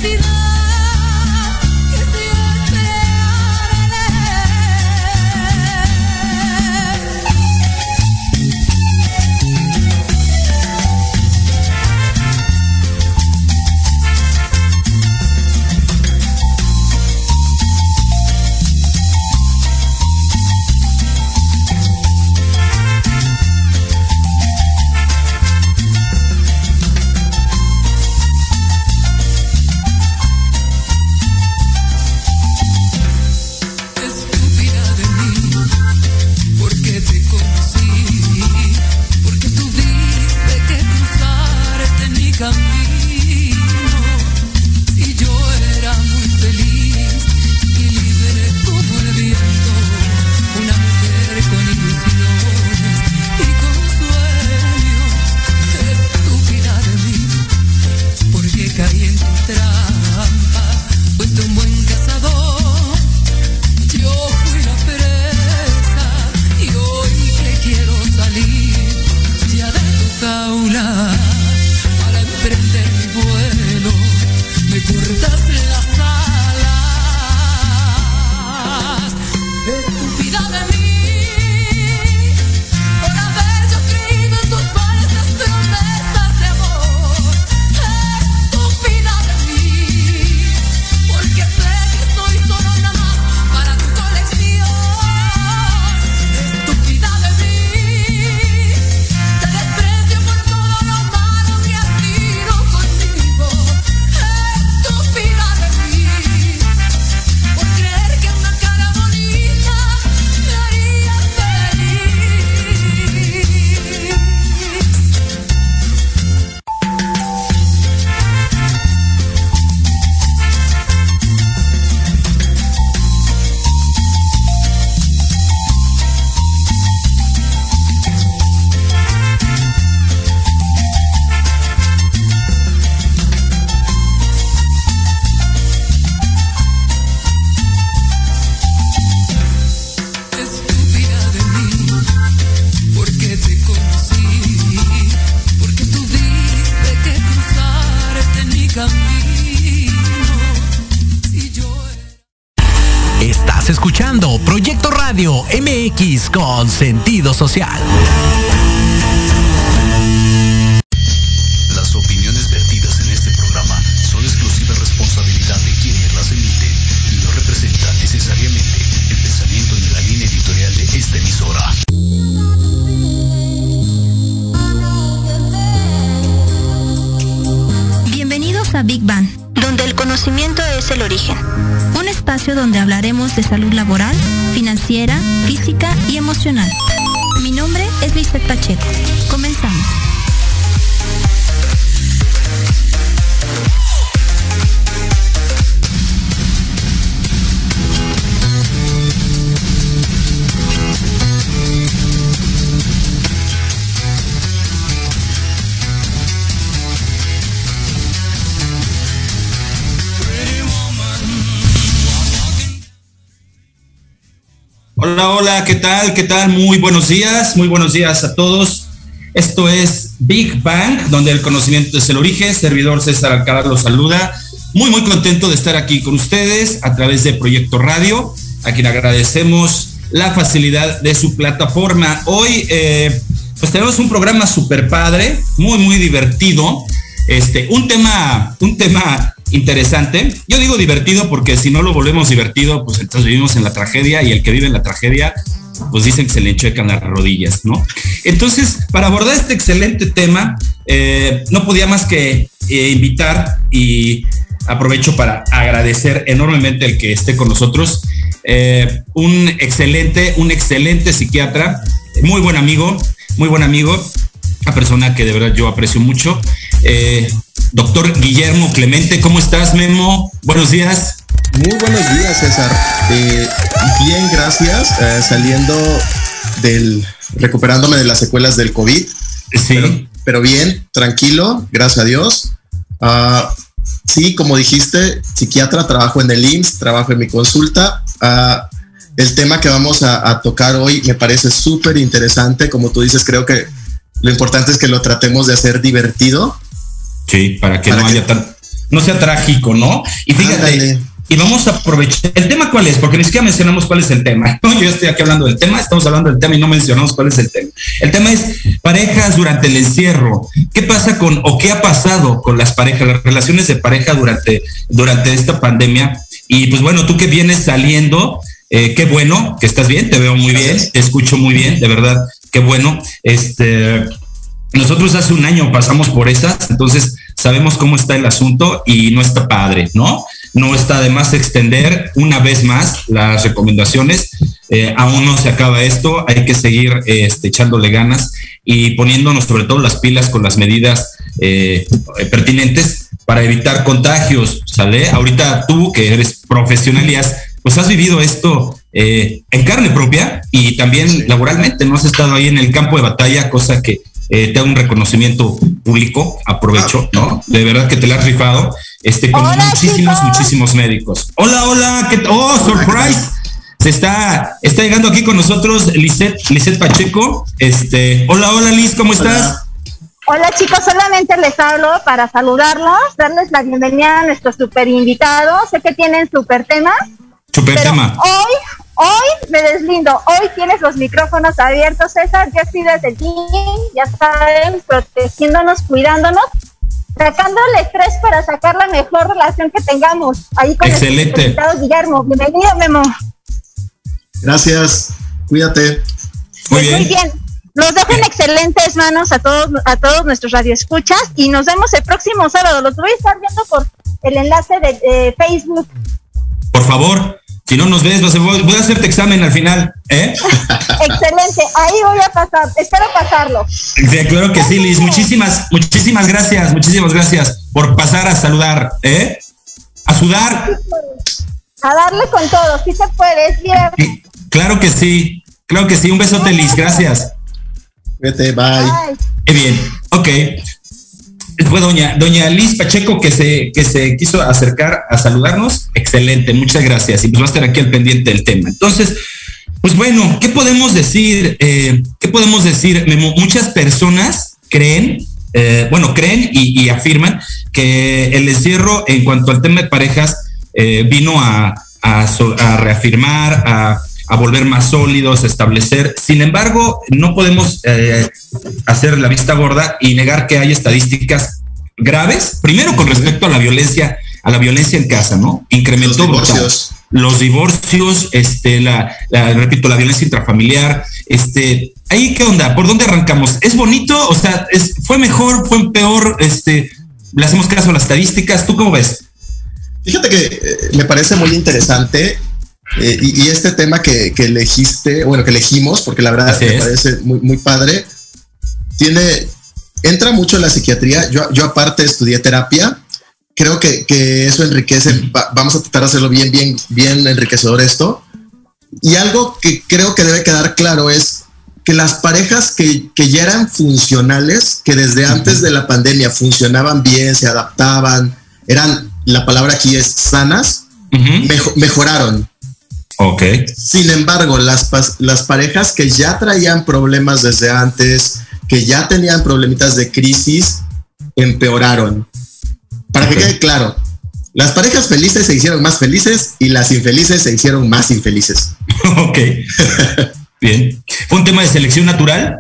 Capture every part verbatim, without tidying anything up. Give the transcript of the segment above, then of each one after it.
Estás escuchando Proyecto Radio M X con sentido social. Las opiniones vertidas en este programa son exclusiva responsabilidad de quienes las emiten y no representan necesariamente el pensamiento ni la línea editorial de esta emisora. Bienvenidos a Big Bang, donde el conocimiento es el origen. Un espacio donde hablaremos de salud laboral, financiera, física y emocional. Mi nombre es Lizeth Pacheco. Comenzamos. Hola, hola, ¿qué tal? ¿Qué tal? Muy buenos días, muy buenos días a todos. Esto es Big Bang, donde el conocimiento es el origen. Servidor César Alcalá los saluda. Muy, muy contento de estar aquí con ustedes a través de Proyecto Radio, a quien agradecemos la facilidad de su plataforma. Hoy, eh, pues tenemos un programa súper padre, muy, muy divertido. Este, un tema, un tema interesante. Yo digo divertido porque si no lo volvemos divertido, pues entonces vivimos en la tragedia, y el que vive en la tragedia, pues dicen que se le enchuecan las rodillas, ¿no? Entonces, para abordar este excelente tema, eh, no podía más que eh, invitar, y aprovecho para agradecer enormemente el que esté con nosotros, eh, un excelente, un excelente psiquiatra, muy buen amigo, muy buen amigo, una persona que de verdad yo aprecio mucho, eh, doctor Guillermo Clemente. ¿Cómo estás, Memo? Buenos días. Muy buenos días, César. Eh, bien, gracias. Eh, saliendo del, recuperándome de las secuelas del COVID. Sí. Pero, pero bien, tranquilo, gracias a Dios. Uh, sí, como dijiste, psiquiatra, trabajo en el I M S S, trabajo en mi consulta. Uh, el tema que vamos a, a tocar hoy me parece súper interesante. Como tú dices, creo que lo importante es que lo tratemos de hacer divertido. Sí, para que para no que, haya tan... no sea trágico, ¿no? Y fíjate, Ándale. Y vamos a aprovechar. ¿El tema cuál es? Porque ni siquiera mencionamos cuál es el tema. ¿No? Yo estoy aquí hablando del tema, estamos hablando del tema y no mencionamos cuál es el tema. El tema es parejas durante el encierro. ¿Qué pasa con, o qué ha pasado con las parejas, las relaciones de pareja durante, durante esta pandemia? Y pues bueno, tú que vienes saliendo, eh, qué bueno que estás bien, te veo muy bien, te escucho muy bien, de verdad, qué bueno. Este, nosotros hace un año pasamos por esas, entonces sabemos cómo está el asunto y no está padre, ¿no? No está de más extender una vez más las recomendaciones. Eh, aún no se acaba esto, hay que seguir este, echándole ganas y poniéndonos sobre todo las pilas con las medidas eh, pertinentes para evitar contagios, ¿sale? Ahorita tú que eres profesional y has, pues has vivido esto eh, en carne propia y también sí. laboralmente, ¿no? Has estado ahí en el campo de batalla, cosa que eh, te da un reconocimiento público, aprovecho, ¿no? De verdad que te la has rifado. Este, con hola, muchísimos, chicos. muchísimos médicos. Hola, hola, ¿qué oh, surprise. Se está, está llegando aquí con nosotros Lisette, Lisette Pacheco. Este, hola, hola, Liz, ¿cómo estás? Hola. Hola, chicos, solamente les hablo para saludarlos, darles la bienvenida a nuestro super invitado. Sé que tienen super tema. Super tema. Hoy, hoy me deslindo. Hoy tienes los micrófonos abiertos, César. Yo estoy desde el team, ya saben, protegiéndonos, cuidándonos, sacándole estrés para sacar la mejor relación que tengamos. Ahí con Excelente. el invitado Guillermo. Bienvenido, Memo. Gracias, cuídate. Muy bien. Muy bien. Los dejo en excelentes manos a todos, a todos nuestros radioescuchas y nos vemos el próximo sábado. Los voy a estar viendo por el enlace de, de Facebook. Por favor, si no nos ves, voy a hacerte examen al final, ¿eh? Excelente, ahí voy a pasar, espero pasarlo. Sí, claro que sí, Liz. Muchísimas, muchísimas gracias, muchísimas gracias por pasar a saludar, ¿eh? A sudar. A darle con todo, sí se puede, es bien. Claro que sí, claro que sí. Un besote, Liz, gracias. Vete, bye. bye. Qué bien, ok. Fue doña, doña Liz Pacheco que se, que se quiso acercar a saludarnos. Excelente, muchas gracias. Y pues va a estar aquí al pendiente del tema. Entonces, pues bueno, ¿qué podemos decir? Eh, ¿Qué podemos decir? Muchas personas creen, eh, bueno, creen y, y afirman que el encierro en cuanto al tema de parejas eh, vino a, a, a reafirmar, a a volver más sólidos, a establecer. Sin embargo, no podemos eh, hacer la vista gorda y negar que hay estadísticas graves, primero con respecto a la violencia, a la violencia en casa, ¿no? Incrementó los divorcios, los divorcios, este, la, la, repito, la violencia intrafamiliar, este, ahí qué onda, ¿por dónde arrancamos? ¿Es bonito? O sea, es, ¿fue mejor, fue peor? Este, le hacemos caso a las estadísticas, ¿tú cómo ves? Fíjate que eh, me parece muy interesante. Eh, y, y este tema que, que elegiste, bueno, que elegimos, porque la verdad Así me es. parece muy, muy padre, tiene, entra mucho en la psiquiatría. Yo, yo aparte estudié terapia, creo que, que eso enriquece, va, vamos a tratar de hacerlo bien, bien, bien enriquecedor esto. Y algo que creo que debe quedar claro es que las parejas que, que ya eran funcionales, que desde antes de la pandemia funcionaban bien, se adaptaban, eran, la palabra aquí es sanas, uh-huh. mejo, mejoraron. Okay. Sin embargo, las, las parejas que ya traían problemas desde antes, que ya tenían problemitas de crisis, empeoraron. Para okay. que quede claro, las parejas felices se hicieron más felices y las infelices se hicieron más infelices. Ok. Bien. ¿Fue un tema de selección natural?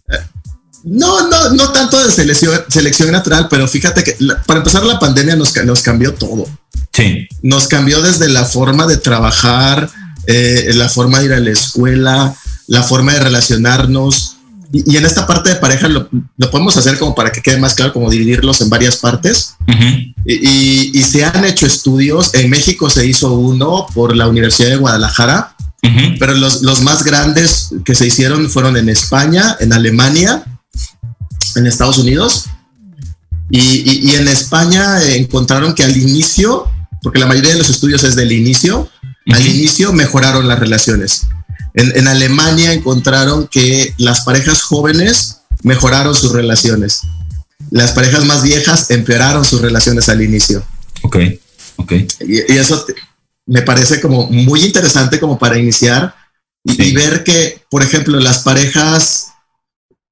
No, no, no tanto de selección, selección natural, pero fíjate que la, para empezar la pandemia nos, nos cambió todo. Sí. Nos cambió desde la forma de trabajar, eh, la forma de ir a la escuela, la forma de relacionarnos. Y, y en esta parte de pareja lo, lo podemos hacer como para que quede más claro, como dividirlos en varias partes. Uh-huh. y, y, y se han hecho estudios. En México se hizo uno por la Universidad de Guadalajara, uh-huh. pero los, los más grandes que se hicieron fueron en España, en Alemania, en Estados Unidos. Y, y, y en España encontraron que al inicio, porque la mayoría de los estudios es del inicio, uh-huh. al inicio mejoraron las relaciones. En, en Alemania encontraron que las parejas jóvenes mejoraron sus relaciones. Las parejas más viejas empeoraron sus relaciones al inicio. Ok, ok. Y, y eso te, me parece como muy interesante como para iniciar y, sí. y ver que, por ejemplo, las parejas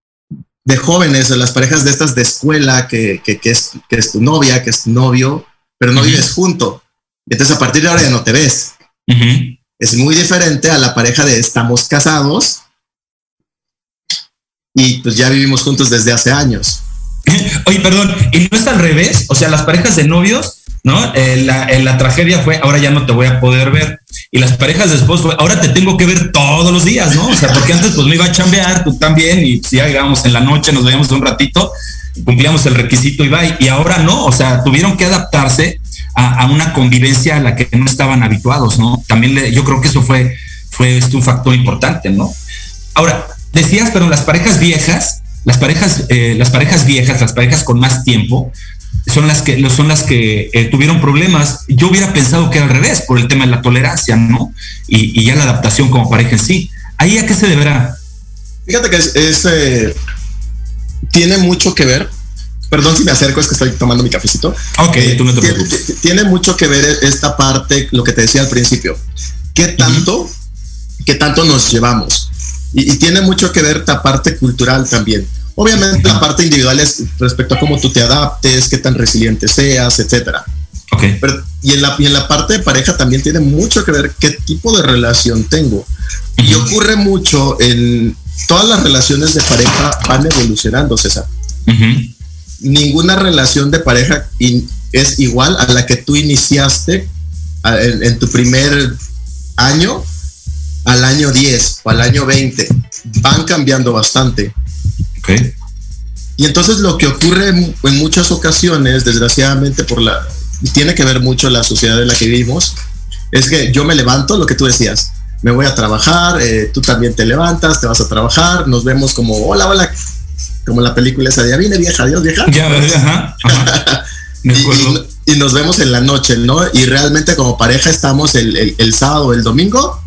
de jóvenes o las parejas de estas de escuela, que, que, que, es, que es tu novia, que es tu novio, pero no uh-huh. vives junto. Entonces a partir de ahora ya no te ves. Uh-huh. Es muy diferente a la pareja de estamos casados y pues ya vivimos juntos desde hace años. Oye, perdón, ¿y no es al revés? O sea, las parejas de novios, ¿no? Eh, la, eh, la tragedia fue, ahora ya no te voy a poder ver. Y las parejas de esposos fue, ahora te tengo que ver todos los días, ¿no? O sea, porque antes pues me iba a chambear, tú también, y si ya íbamos en la noche, nos veíamos un ratito, cumplíamos el requisito y bye. Y ahora no, o sea, tuvieron que adaptarse a, a una convivencia a la que no estaban habituados, ¿no? También le, yo creo que eso fue, fue este, un factor importante, ¿no? Ahora, decías, pero las parejas viejas, las parejas, eh, las parejas viejas, las parejas con más tiempo, son las que, son las que eh, tuvieron problemas. Yo hubiera pensado que era al revés, por el tema de la tolerancia, ¿no? Y, y ya la adaptación como pareja en sí. ¿Ahí a qué se deberá? Fíjate que es, es eh, tiene mucho que ver. Perdón si me acerco, es que estoy tomando mi cafecito. Ok, eh, tú no te tiene, preocupes. Tiene mucho que ver esta parte, lo que te decía al principio. ¿Qué tanto, uh-huh. qué tanto nos llevamos? Y, y tiene mucho que ver esta parte cultural también. Obviamente uh-huh. la parte individual es respecto a cómo tú te adaptes, qué tan resiliente seas, etcétera. Okay. Pero, y, en la, y en la parte de pareja también tiene mucho que ver qué tipo de relación tengo. Uh-huh. Y ocurre mucho en todas las relaciones de pareja van evolucionando, César. Uh-huh. Ninguna relación de pareja in, es igual a la que tú iniciaste a, en, en tu primer año al año diez o al año veinte. Van cambiando bastante. Okay. Y entonces lo que ocurre en, en muchas ocasiones, desgraciadamente, por la y tiene que ver mucho la sociedad en la que vivimos, es que yo me levanto, lo que tú decías, me voy a trabajar, eh, tú también te levantas, te vas a trabajar, nos vemos como hola, hola, como la película esa de ya viene vieja, adiós vieja. Ya, ajá, ajá. Me acuerdo. y, y, y nos vemos en la noche, ¿no? Y realmente como pareja estamos el, el, el sábado o el domingo.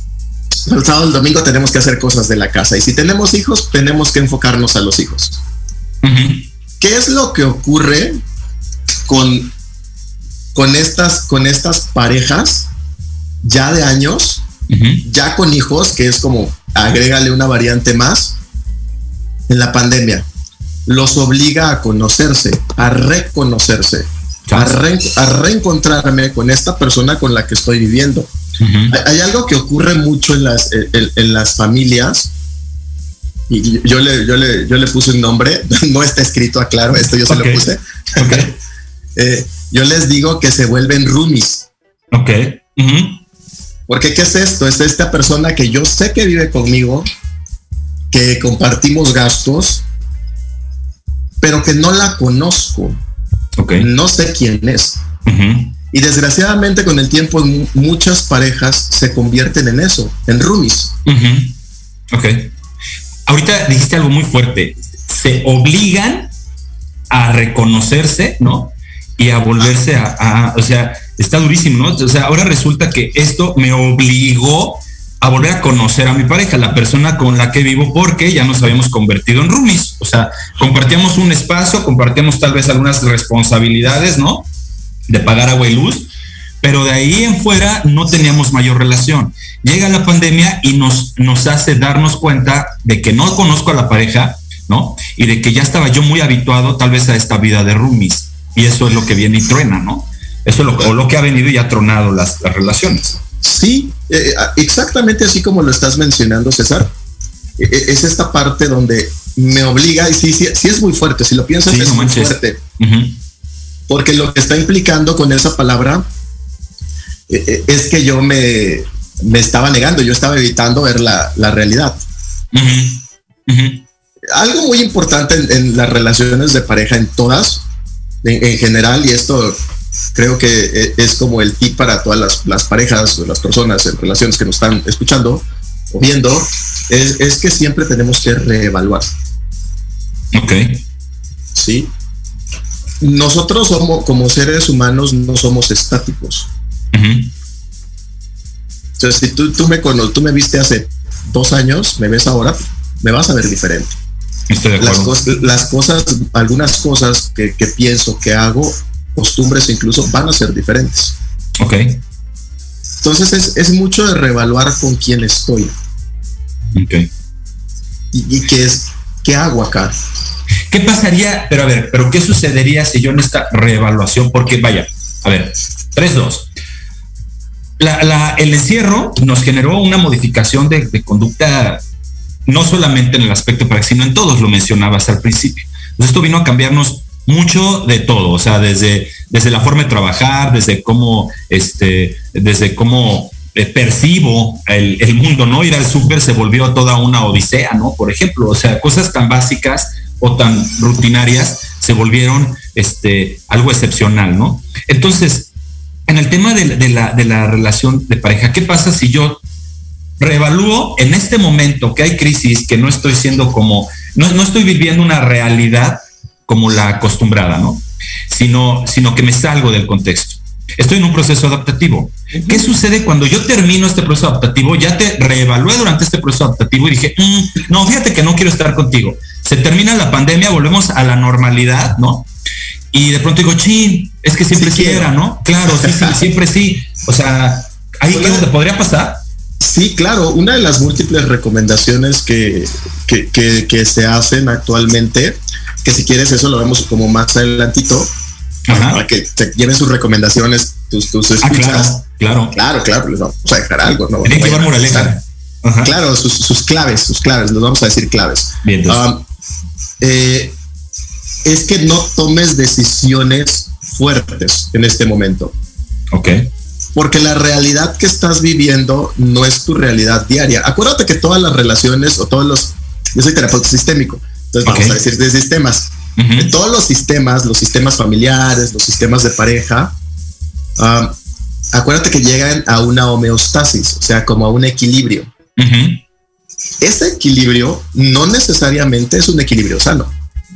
El sábado y el domingo tenemos que hacer cosas de la casa. Y si tenemos hijos, tenemos que enfocarnos a los hijos. Uh-huh. ¿Qué es lo que ocurre con, con, estas, con estas parejas ya de años, uh-huh. ya con hijos, que es como agrégale una variante más? En la pandemia los obliga a conocerse, a reconocerse, a, re, a reencontrarme con esta persona con la que estoy viviendo. Uh-huh. Hay, hay algo que ocurre mucho en las, en, en las familias, y yo le, yo, le, yo le puse un nombre, no está escrito, aclaro, esto yo se okay. lo puse. Okay. eh, yo les digo que se vuelven roomies. Ok. Uh-huh. Porque ¿qué es esto? Es esta persona que yo sé que vive conmigo, que compartimos gastos, pero que no la conozco. Okay. No sé quién es. Uh-huh. Y desgraciadamente con el tiempo muchas parejas se convierten en eso, en roomies. Uh-huh. Ok. Ahorita dijiste algo muy fuerte. Se obligan a reconocerse, ¿no? Y a volverse a, a, o sea, está durísimo, ¿no? O sea, ahora resulta que esto me obligó a volver a conocer a mi pareja, la persona con la que vivo, porque ya nos habíamos convertido en roomies. O sea, compartíamos un espacio, compartíamos tal vez algunas responsabilidades, ¿no? De pagar agua y luz, pero de ahí en fuera no teníamos mayor relación. Llega la pandemia y nos, nos hace darnos cuenta de que no conozco a la pareja, ¿no? Y de que ya estaba yo muy habituado tal vez a esta vida de roomies. Y eso es lo que viene y truena, ¿no? Eso es lo, o lo que ha venido y ha tronado las, las relaciones. Sí, eh, exactamente así como lo estás mencionando, César. Eh, es esta parte donde me obliga, y sí, sí, sí es muy fuerte, si lo piensas, sí, es no muy manches. fuerte. Uh-huh. Porque lo que está implicando con esa palabra eh, es que yo me, me estaba negando, yo estaba evitando ver la, la realidad. Uh-huh. Uh-huh. Algo muy importante en, en las relaciones de pareja, en todas, en, en general, y esto creo que es como el tip para todas las, las parejas o las personas en relaciones que nos están escuchando o viendo, es, es que siempre tenemos que reevaluar. Ok. Sí. Nosotros somos, como seres humanos, no somos estáticos. Uh-huh. Entonces, si tú, tú, me cono, tú me viste hace dos años, me ves ahora, me vas a ver diferente. Estoy de acuerdo. Las, cos, las cosas, algunas cosas que, que pienso, que hago, costumbres incluso, van a ser diferentes. Ok. Entonces es, es mucho de reevaluar con quién estoy. Ok. Y, y qué es, qué hago acá. ¿Qué pasaría? Pero a ver, pero ¿qué sucedería si yo en esta reevaluación? Porque vaya, A ver, tres, dos. La, la, el encierro nos generó una modificación de, de conducta, no solamente en el aspecto práctico, sino en todos, lo mencionabas al principio. Entonces esto vino a cambiarnos mucho de todo, o sea, desde, desde la forma de trabajar, desde cómo, este, desde cómo eh, percibo el, el mundo, ¿no? Ir al súper se volvió toda una odisea, ¿no? Por ejemplo, o sea, cosas tan básicas o tan rutinarias se volvieron este, algo excepcional, ¿no? Entonces, en el tema de, de, la, de la relación de pareja, ¿qué pasa si yo reevalúo en este momento que hay crisis, que no estoy siendo como, no, no estoy viviendo una realidad como la acostumbrada, ¿no? Sino, sino que me salgo del contexto. Estoy en un proceso adaptativo. Uh-huh. ¿Qué sucede cuando yo termino este proceso adaptativo? Ya te reevalué durante este proceso adaptativo y dije, mm, no, fíjate que no quiero estar contigo. Se termina la pandemia, volvemos a la normalidad, ¿no? Y de pronto digo, chin, es que siempre sí, sí era, ¿no? Claro, sí, sí, siempre sí. O sea, ¿ahí qué te podría pasar? Sí, claro. Una de las múltiples recomendaciones que, que, que, que se hacen actualmente, que si quieres eso lo vemos como más adelantito, Ajá. para que te lleven sus recomendaciones, tus, tus escuchas. Ah, claro, claro. Claro, claro, les vamos a dejar algo, ¿no? Tienen que llevar moraleja. Claro, sus, sus claves, sus claves, les vamos a decir claves. Bien, um, eh, es que no tomes decisiones fuertes en este momento. Ok. Porque la realidad que estás viviendo no es tu realidad diaria. Acuérdate que todas las relaciones o todos los... Yo soy terapeuta sistémico, entonces okay. vamos a decir de sistemas. Uh-huh. De todos los sistemas, los sistemas familiares, los sistemas de pareja, um, acuérdate que llegan a una homeostasis, o sea, como a un equilibrio. Uh-huh. Ese equilibrio no necesariamente es un equilibrio sano.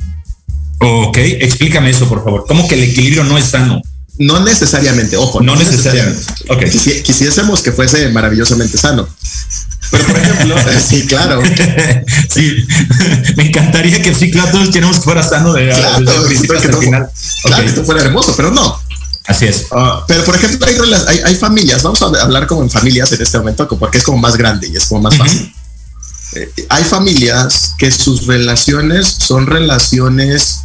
Ok, explícame eso, por favor. ¿Cómo que el equilibrio no es sano? No necesariamente, ojo. No, no necesariamente. necesariamente. Okay. Quisi- quisiésemos que fuese maravillosamente sano. Pero, por ejemplo, sí, claro. Sí, me encantaría que sí, claro, todos queremos que fuera sano de, claro, desde el principio hasta el todo, final. Claro, okay. que esto fuera hermoso, pero no. Así es. Uh, pero, por ejemplo, hay, hay, hay familias, vamos a hablar como en familias en este momento, porque es como más grande y es como más fácil. Uh-huh. Eh, hay familias que sus relaciones son relaciones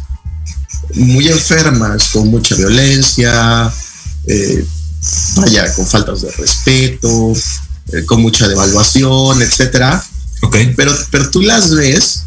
muy enfermas, con mucha violencia, eh, vaya, con faltas de respeto, eh, con mucha devaluación, etcétera. Okay. Pero, pero tú las ves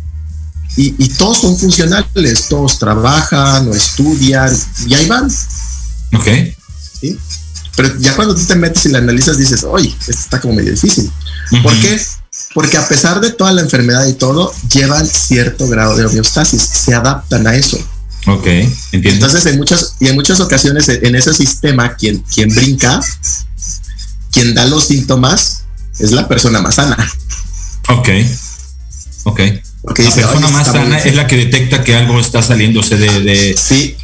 y, y todos son funcionales, todos trabajan o estudian y ahí van. Ok. ¿Sí? Pero ya cuando tú te metes y la analizas dices, oye, esto está como medio difícil. Uh-huh. ¿Por qué? Porque a pesar de toda la enfermedad y todo, llevan cierto grado de homeostasis, se adaptan a eso. Ok, entiendo. Entonces, en muchas, y en muchas ocasiones en ese sistema, quien, quien brinca, quien da los síntomas, es la persona más sana. Ok, ok. Porque la dice, persona más sana es la que detecta que algo está saliéndose de, de sí.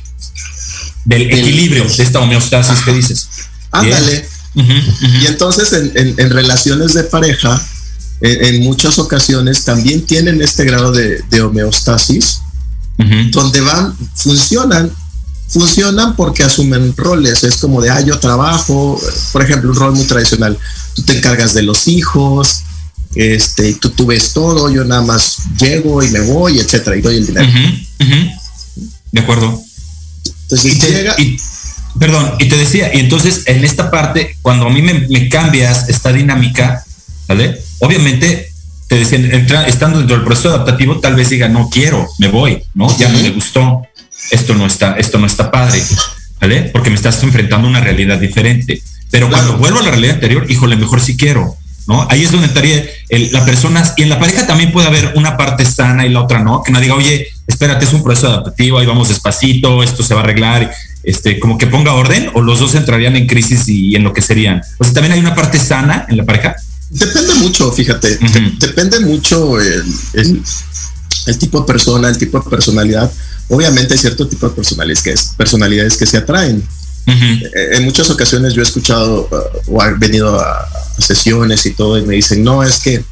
del El, equilibrio, de esta homeostasis que dices. Ándale. Uh-huh, uh-huh. Y entonces en, en, en relaciones de pareja, en, en muchas ocasiones también tienen este grado de, de homeostasis, uh-huh. donde van, funcionan, funcionan porque asumen roles. Es como de, ah, yo trabajo, por ejemplo, un rol muy tradicional. Tú te encargas de los hijos, este, tú, tú ves todo, yo nada más llego y me voy, etcétera, y doy el dinero. Uh-huh, uh-huh. De acuerdo. Entonces y te, llega... Y, perdón, y te decía, y entonces en esta parte, cuando a mí me, me cambias esta dinámica, ¿vale? Obviamente, te decía, entra, estando dentro del proceso adaptativo, tal vez diga, no quiero, me voy, ¿no? Ya uh-huh. no me gustó, esto no está, esto no está padre, ¿vale? Porque me estás enfrentando a una realidad diferente. Pero claro. Cuando vuelvo a la realidad anterior, híjole, mejor sí quiero, ¿no? Ahí es donde estaría el, la persona, y en la pareja también puede haber una parte sana y la otra no, que no diga, oye, espérate, es un proceso adaptativo, ahí vamos despacito, esto se va a arreglar, este, como que ponga orden, o los dos entrarían en crisis y en lo que serían. O sea, también hay una parte sana en la pareja. Depende mucho, fíjate, uh-huh. de, depende mucho el, el, el tipo de persona, el tipo de personalidad. Obviamente hay cierto tipo de personalidades que, personalidades que se atraen. Uh-huh. En muchas ocasiones yo he escuchado uh, o he venido a, a sesiones y todo y me dicen, no, es que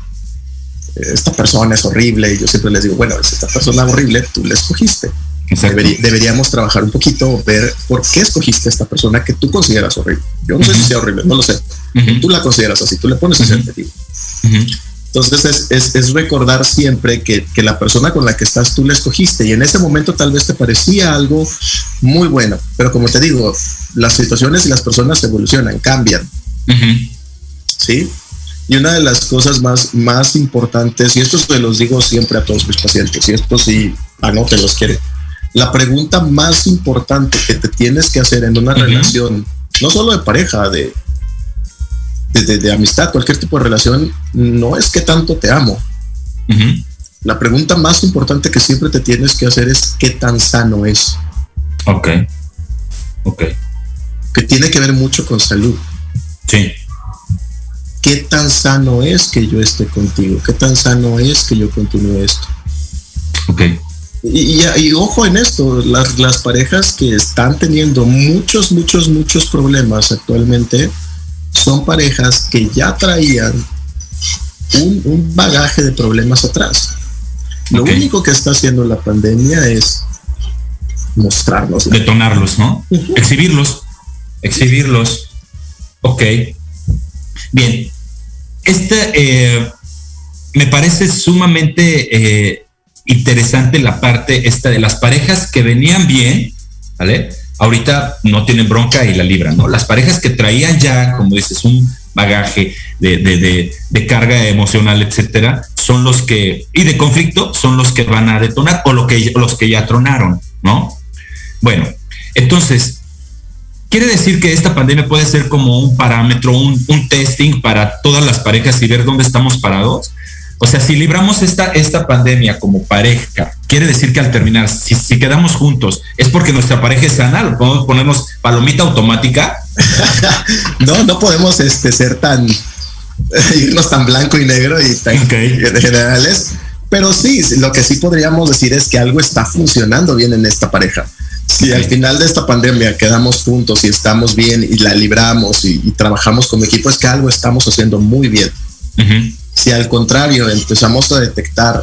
esta persona es horrible, y yo siempre les digo, bueno, es esta persona horrible, tú la escogiste. Deberí, deberíamos trabajar un poquito, ver por qué escogiste a esta persona que tú consideras horrible. Yo no uh-huh. sé si sea horrible, no lo sé. Uh-huh. Tú la consideras así, tú le pones uh-huh. ese adjetivo. Uh-huh. Entonces es, es, es recordar siempre que, que la persona con la que estás tú la escogiste y en ese momento tal vez te parecía algo muy bueno, pero como te digo, las situaciones y las personas evolucionan, cambian. Uh-huh. ¿Sí? Y una de las cosas más, más importantes, y esto se los digo siempre a todos mis pacientes, y esto sí, anótenlos, quiere. La pregunta más importante que te tienes que hacer en una uh-huh. relación, no solo de pareja, de De, de, de amistad, cualquier tipo de relación, no es qué tanto te amo. Uh-huh. La pregunta más importante que siempre te tienes que hacer es qué tan sano es. Ok. Ok. Que tiene que ver mucho con salud. Sí. ¿Qué tan sano es que yo esté contigo? ¿Qué tan sano es que yo continúe esto? Ok. Y, y, y ojo en esto, las, las parejas que están teniendo muchos, muchos, muchos problemas actualmente son parejas que ya traían un, un bagaje de problemas atrás. Lo okay. único que está haciendo la pandemia es mostrarlos. Detonarlos, ¿no? Uh-huh. Exhibirlos. Exhibirlos. Ok. Bien. Este eh, me parece sumamente eh, interesante la parte esta de las parejas que venían bien, ¿vale? Ahorita no tienen bronca y la libran, ¿no? Las parejas que traían ya, como dices, un bagaje de, de, de, de carga emocional, etcétera, son los que, y de conflicto, son los que van a detonar, o lo que, los que ya tronaron, ¿no? Bueno, entonces, quiere decir que esta pandemia puede ser como un parámetro, un, un testing para todas las parejas y ver dónde estamos parados. O sea, si libramos esta, esta pandemia como pareja, quiere decir que al terminar, si, si quedamos juntos, ¿es porque nuestra pareja es sana? ¿Podemos ponernos palomita automática? No, no podemos este, ser tan, irnos tan blanco y negro y tan okay. generales. Pero sí, lo que sí podríamos decir es que algo está funcionando bien en esta pareja. Si okay. al final de esta pandemia quedamos juntos y estamos bien y la libramos y, y trabajamos como equipo, es que algo estamos haciendo muy bien. Uh-huh. Si al contrario empezamos a detectar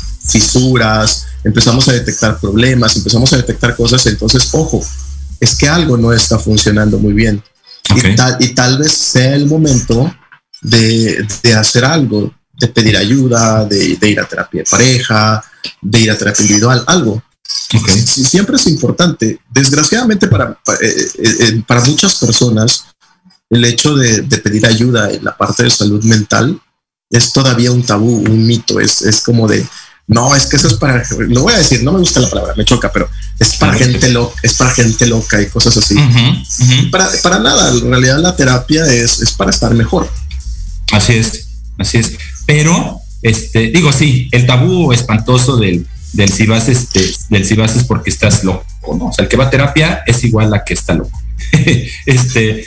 fisuras, empezamos a detectar problemas, empezamos a detectar cosas, entonces, ojo, es que algo no está funcionando muy bien. Okay. Y, tal, y tal vez sea el momento de, de hacer algo, de pedir ayuda, de, de ir a terapia de pareja, de ir a terapia individual, algo. Okay. Sí, siempre es importante. Desgraciadamente para, para, eh, eh, para muchas personas, el hecho de, de pedir ayuda en la parte de salud mental es todavía un tabú, un mito, es, es como de, no, es que eso es para, lo voy a decir, no me gusta la palabra, me choca, pero es para uh-huh. gente loca, es para gente loca y cosas así. Uh-huh. Uh-huh. Para, para nada, en realidad la terapia es, es para estar mejor. Así es, así es. Pero, este, digo, sí, el tabú espantoso del, del si vas, este, del si vas es porque estás loco, ¿no? O sea, el que va a terapia es igual a que está loco. este,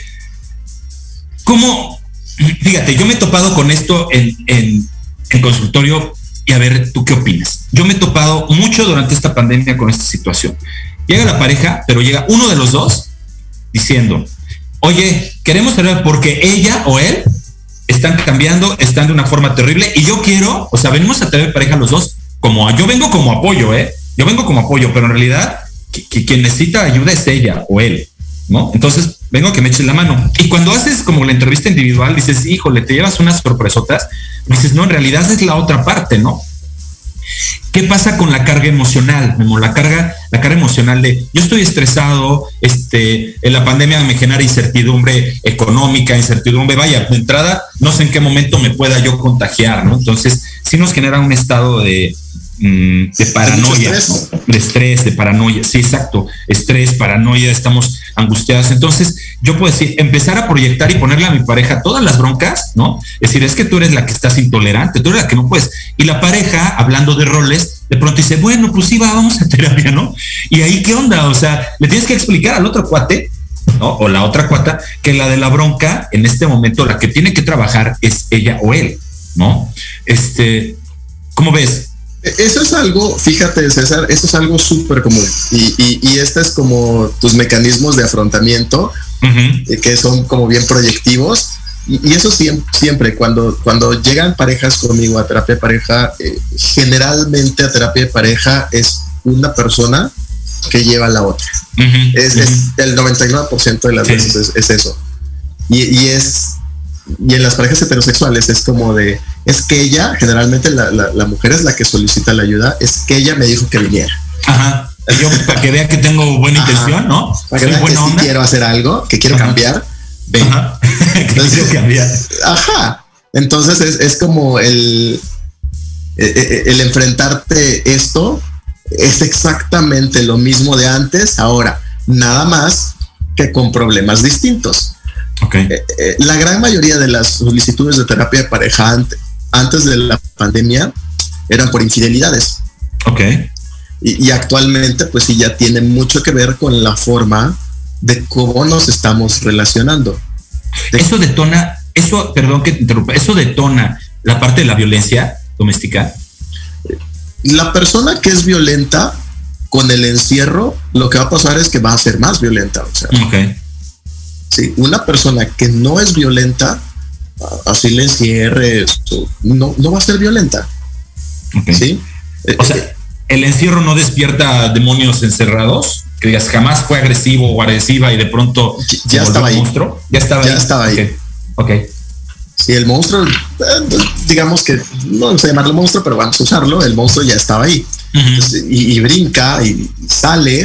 ¿cómo? Fíjate, yo me he topado con esto en, en, en consultorio y a ver, ¿tú qué opinas? Yo me he topado mucho durante esta pandemia con esta situación. Llega la pareja, pero llega uno de los dos diciendo, oye, queremos saber por qué ella o él están cambiando, están de una forma terrible y yo quiero, o sea, venimos a tener pareja los dos, como yo vengo como apoyo, ¿eh? Yo vengo como apoyo, pero en realidad que, que, quien necesita ayuda es ella o él, ¿no? Entonces vengo a que me echen la mano. Y cuando haces como la entrevista individual, dices, híjole, te llevas unas sorpresotas. Dices, no, en realidad es la otra parte, ¿no? ¿Qué pasa con la carga emocional, Memo? La carga, la carga emocional de yo estoy estresado, este, en la pandemia me genera incertidumbre económica, incertidumbre, vaya, de entrada, no sé en qué momento me pueda yo contagiar, ¿no? Entonces, sí nos genera un estado de, mmm, de paranoia, estrés. ¿no? De estrés, de paranoia, sí, exacto, estrés, paranoia, estamos angustiados. Entonces, yo puedo decir, empezar a proyectar y ponerle a mi pareja todas las broncas, ¿no? Es decir, es que tú eres la que estás intolerante, tú eres la que no puedes. Y la pareja, hablando de roles, de pronto dice, bueno, pues sí, va, vamos a terapia, ¿no? Y ahí, ¿qué onda? O sea, le tienes que explicar al otro cuate, ¿no? O la otra cuata, que la de la bronca, en este momento, la que tiene que trabajar es ella o él, ¿no? Este, ¿cómo ves? Eso es algo, fíjate, César, eso es algo súper común y, y, y este es como tus mecanismos de afrontamiento, uh-huh. que son como bien proyectivos y, y eso siempre, siempre cuando, cuando llegan parejas conmigo a terapia de pareja, eh, generalmente a terapia de pareja es una persona que lleva a la otra. Uh-huh. Es, uh-huh. es el noventa y nueve por ciento de las sí. veces es, es eso y, y es y en las parejas heterosexuales es como de, es que ella, generalmente la, la, la mujer es la que solicita la ayuda, es que ella me dijo que viniera. Ajá. Yo, para que vea que tengo buena Ajá. intención, ¿no? Para que vea que sí quiero hacer algo, que quiero Ajá. cambiar. Ven. Ajá. Entonces, quiero cambiar. Ajá. Entonces es, es como el, el, el enfrentarte esto es exactamente lo mismo de antes, ahora, nada más que con problemas distintos. Okay. Eh, eh, la gran mayoría de las solicitudes de terapia de pareja antes, antes de la pandemia eran por infidelidades. Okay. Y, y actualmente, pues sí, ya tiene mucho que ver con la forma de cómo nos estamos relacionando. De eso detona, eso, perdón que te interrumpa, eso detona la parte de la violencia doméstica. La persona que es violenta con el encierro, lo que va a pasar es que va a ser más violenta. O sea, okay. Sí, una persona que no es violenta, así le encierre, no, no va a ser violenta. Okay. ¿Sí? O sea, ¿el encierro no despierta demonios encerrados? Que digas, jamás fue agresivo o agresiva y de pronto ya estaba ahí. Monstruo. Ya estaba ya ahí. estaba ahí. Okay. Okay. Sí, el monstruo, digamos que no vamos a llamarlo monstruo, pero vamos a usarlo. El monstruo ya estaba ahí. Uh-huh. Entonces, y, y brinca y sale,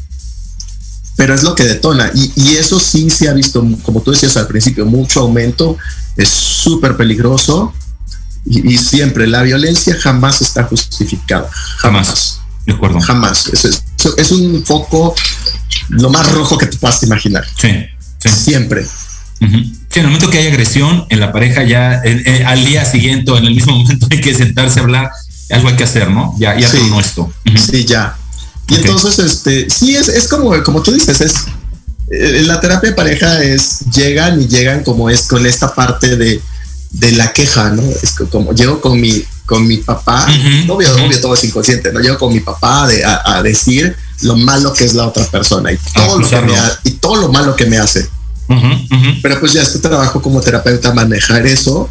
pero es lo que detona. Y, y eso sí se ha visto, como tú decías al principio, mucho aumento. Es súper peligroso. Y, y siempre la violencia jamás está justificada. Jamás. jamás. De acuerdo. Jamás. Es, es, es un foco lo más rojo que te puedas imaginar. Sí. sí. Siempre. Uh-huh. Sí, en el momento que hay agresión en la pareja, ya eh, eh, al día siguiente o en el mismo momento hay que sentarse a hablar, algo hay que hacer, ¿no? Ya, ya sí, todo esto. Uh-huh. Sí, ya. Y okay. entonces, este, sí, es, es como, como tú dices, es eh, la terapia de pareja es, llegan y llegan como es con esta parte de, de la queja, ¿no? Es como llego con mi, con mi papá, uh-huh. obvio, uh-huh. obvio, todo es inconsciente, ¿no? Llego con mi papá de, a, a decir lo malo que es la otra persona y todo, lo que me ha, y todo lo malo que me hace. Uh-huh, uh-huh. Pero pues ya es tu trabajo como terapeuta manejar eso,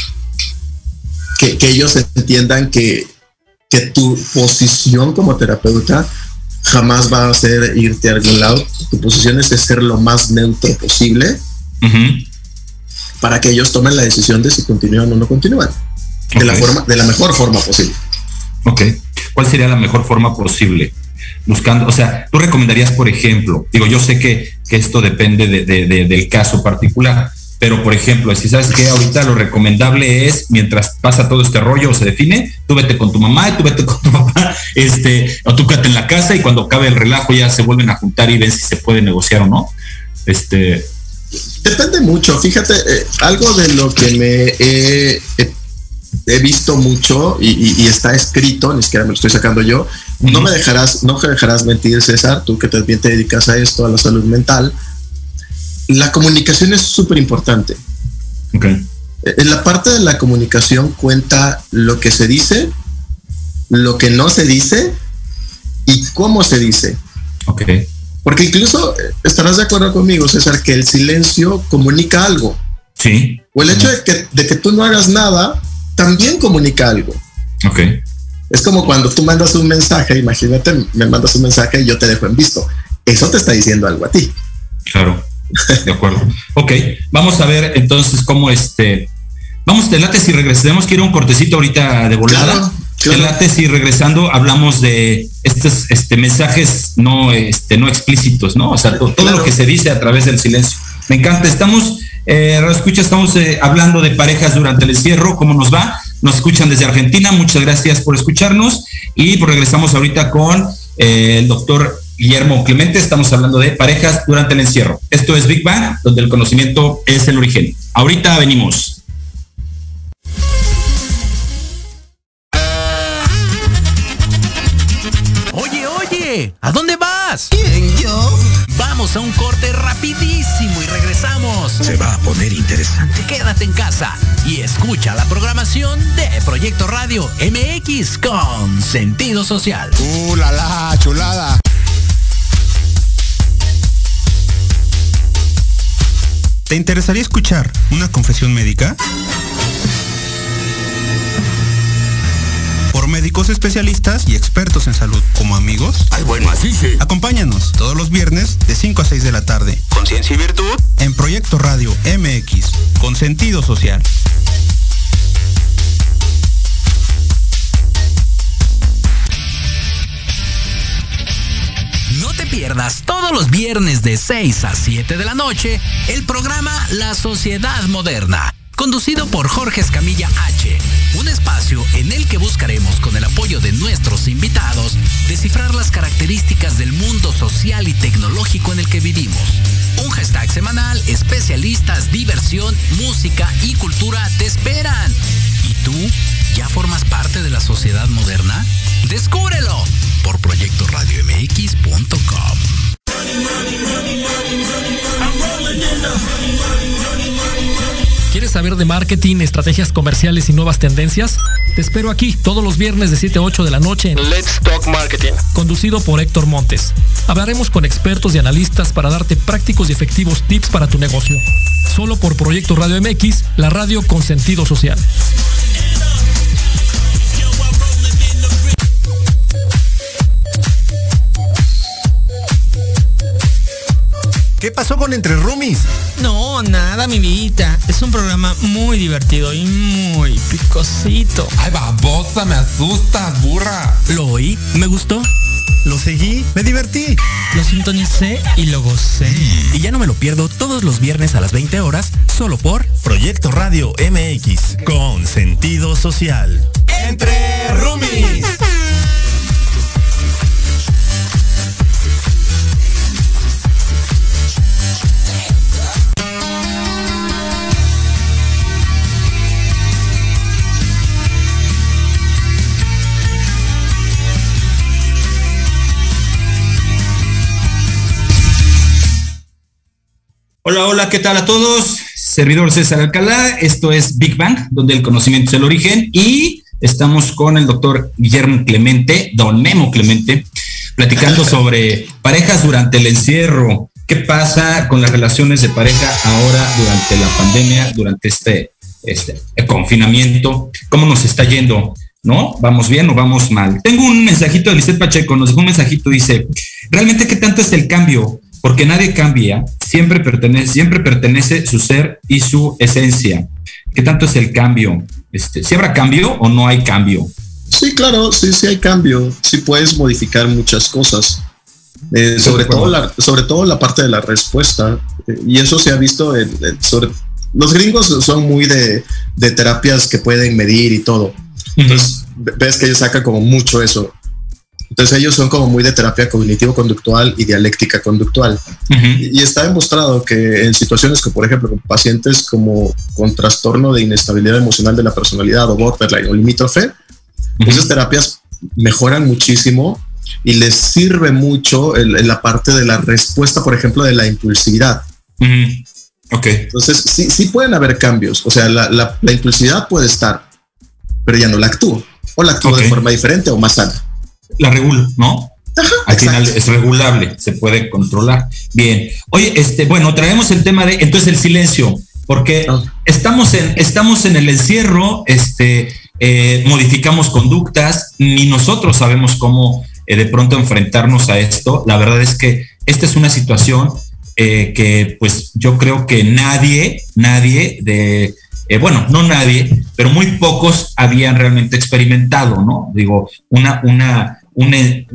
que, que ellos entiendan que, que tu posición como terapeuta jamás va a ser irte a algún lado. Tu posición es de ser lo más neutro posible, uh-huh. para que ellos tomen la decisión de si continúan o no continúan, okay. de la forma, de la mejor forma posible. Ok. ¿Cuál sería la mejor forma posible? Buscando, o sea, tú recomendarías, por ejemplo, digo, yo sé que, que esto depende de, de, de, del caso particular, pero por ejemplo, si sabes que ahorita lo recomendable es, mientras pasa todo este rollo o se define, tú vete con tu mamá y tú vete con tu papá, este, o tú quédate en la casa y cuando acabe el relajo ya se vuelven a juntar y ven si se puede negociar o no. Este. Depende mucho, fíjate, eh, algo de lo que me he, he, he visto mucho y, y, y está escrito, ni siquiera me lo estoy sacando yo. No me dejarás, no me dejarás mentir, César, tú que también te dedicas a esto, a la salud mental. La comunicación es súper importante. Okay. En la parte de la comunicación cuenta lo que se dice, lo que no se dice y cómo se dice. Okay. Porque incluso estarás de acuerdo conmigo, César, que el silencio comunica algo. Sí. O el hecho de que, de que tú no hagas nada también comunica algo. Okay. Es como cuando tú mandas un mensaje, imagínate, me mandas un mensaje y yo te dejo en visto. Eso te está diciendo algo a ti. Claro, de acuerdo. Ok, vamos a ver entonces cómo este... Vamos, te late si regresamos, quiero un cortecito ahorita de volada. Claro, claro. Te late si regresando hablamos de estos este, mensajes no, este, no explícitos, ¿no? O sea, todo, todo claro. lo que se dice a través del silencio. Me encanta, estamos... Eh, escucha, estamos eh, hablando de parejas durante el encierro, cómo nos va. Nos escuchan desde Argentina, muchas gracias por escucharnos y pues regresamos ahorita con eh, el doctor Guillermo Clemente. Estamos hablando de parejas durante el encierro. Esto es Big Bang, donde el conocimiento es el origen. Ahorita venimos. Oye, oye, ¿a dónde vas? ¿Quién, yo? Vamos a un corte rapidísimo y regresamos. Se va a poner interesante. Quédate en casa y escucha la programación de Proyecto Radio M X con sentido social. ¡Uh, la, la, chulada! ¿Te interesaría escuchar una confesión médica? Por médicos especialistas y expertos en salud, como amigos. Ay, bueno, así sí. Acompáñanos todos los viernes de cinco a seis de la tarde. Conciencia y virtud. En Proyecto Radio M X, con sentido social. No te pierdas todos los viernes de seis a siete de la noche el programa La Sociedad Moderna, conducido por Jorge Escamilla H., un espacio en el que buscaremos, con el apoyo de nuestros invitados, descifrar las características del mundo social y tecnológico en el que vivimos. Un hashtag semanal, especialistas, diversión, música y cultura te esperan. ¿Y tú ya formas parte de la sociedad moderna? ¡Descúbrelo! Por proyecto radio m x punto com. ¿Quieres saber de marketing, estrategias comerciales y nuevas tendencias? Te espero aquí todos los viernes de siete a ocho de la noche en Let's Talk Marketing, conducido por Héctor Montes. Hablaremos con expertos y analistas para darte prácticos y efectivos tips para tu negocio. Solo por Proyecto Radio M X, la radio con sentido social. ¿Qué pasó con Entre Roomies? No, nada, mi vida. Es un programa muy divertido y muy picosito. Ay, babosa, me asustas, burra. Lo oí, me gustó. Lo seguí, me divertí. Lo sintonicé y lo gocé. Y ya no me lo pierdo todos los viernes a las veinte horas, solo por Proyecto Radio M X, con sentido social. Entre Roomies. Hola, hola, ¿qué tal a todos? Servidor César Alcalá, esto es Big Bang, donde el conocimiento es el origen, y estamos con el doctor Guillermo Clemente, don Memo Clemente, platicando sobre parejas durante el encierro. ¿Qué pasa con las relaciones de pareja ahora durante la pandemia, durante este, este confinamiento? ¿Cómo nos está yendo? ¿No? ¿Vamos bien o vamos mal? Tengo un mensajito de Lisette Pacheco, nos dejó un mensajito, dice, ¿realmente qué tanto es el cambio? Porque nadie cambia, siempre pertenece, siempre pertenece su ser y su esencia. ¿Qué tanto es el cambio? Este, ¿sí habrá cambio o no hay cambio? Sí, claro, sí, sí hay cambio. Sí puedes modificar muchas cosas. Eh, sobre, todo la, sobre todo la parte de la respuesta. Eh, y eso se ha visto en, en sobre, los gringos son muy de, de terapias que pueden medir y todo. Entonces, uh-huh. ves que ellos sacan como mucho eso. Entonces ellos son como muy de terapia cognitivo-conductual y dialéctica conductual. Uh-huh. Y, y está demostrado que en situaciones que, por ejemplo, con pacientes como con trastorno de inestabilidad emocional de la personalidad o borderline o limítrofe, uh-huh. esas terapias mejoran muchísimo y les sirve mucho en, en la parte de la respuesta, por ejemplo, de la impulsividad. Uh-huh. Okay. Entonces sí, sí pueden haber cambios. O sea, la, la, la impulsividad puede estar, pero ya no la actúo. O la actúo okay. de forma diferente o más sana. La regulo, ¿no? Ajá, al exacto. final es regulable, se puede controlar. Bien. Oye, este, bueno, traemos el tema de entonces el silencio, porque oh. estamos en, estamos en el encierro, este, eh, modificamos conductas, ni nosotros sabemos cómo eh, de pronto enfrentarnos a esto. La verdad es que esta es una situación eh, que, pues, yo creo que nadie, nadie de Eh, bueno, no nadie, pero muy pocos habían realmente experimentado, ¿no? Digo, una, una, un,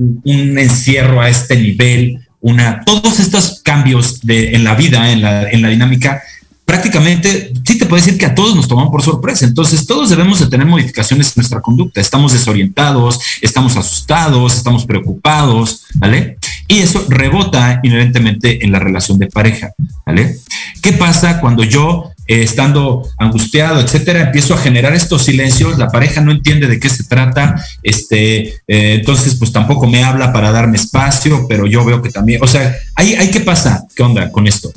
un encierro a este nivel, una, todos estos cambios de, en la vida, en la, en la dinámica, prácticamente, sí te puedo decir que a todos nos toman por sorpresa. Entonces, todos debemos de tener modificaciones en nuestra conducta. Estamos desorientados, estamos asustados, estamos preocupados, ¿vale? Y eso rebota inherentemente en la relación de pareja, ¿vale? ¿Qué pasa cuando yo, eh, estando angustiado, etcétera, empiezo a generar estos silencios? La pareja no entiende de qué se trata, este, eh, entonces pues tampoco me habla para darme espacio, pero yo veo que también, o sea, ¿hay, hay qué pasa? ¿Qué onda con esto?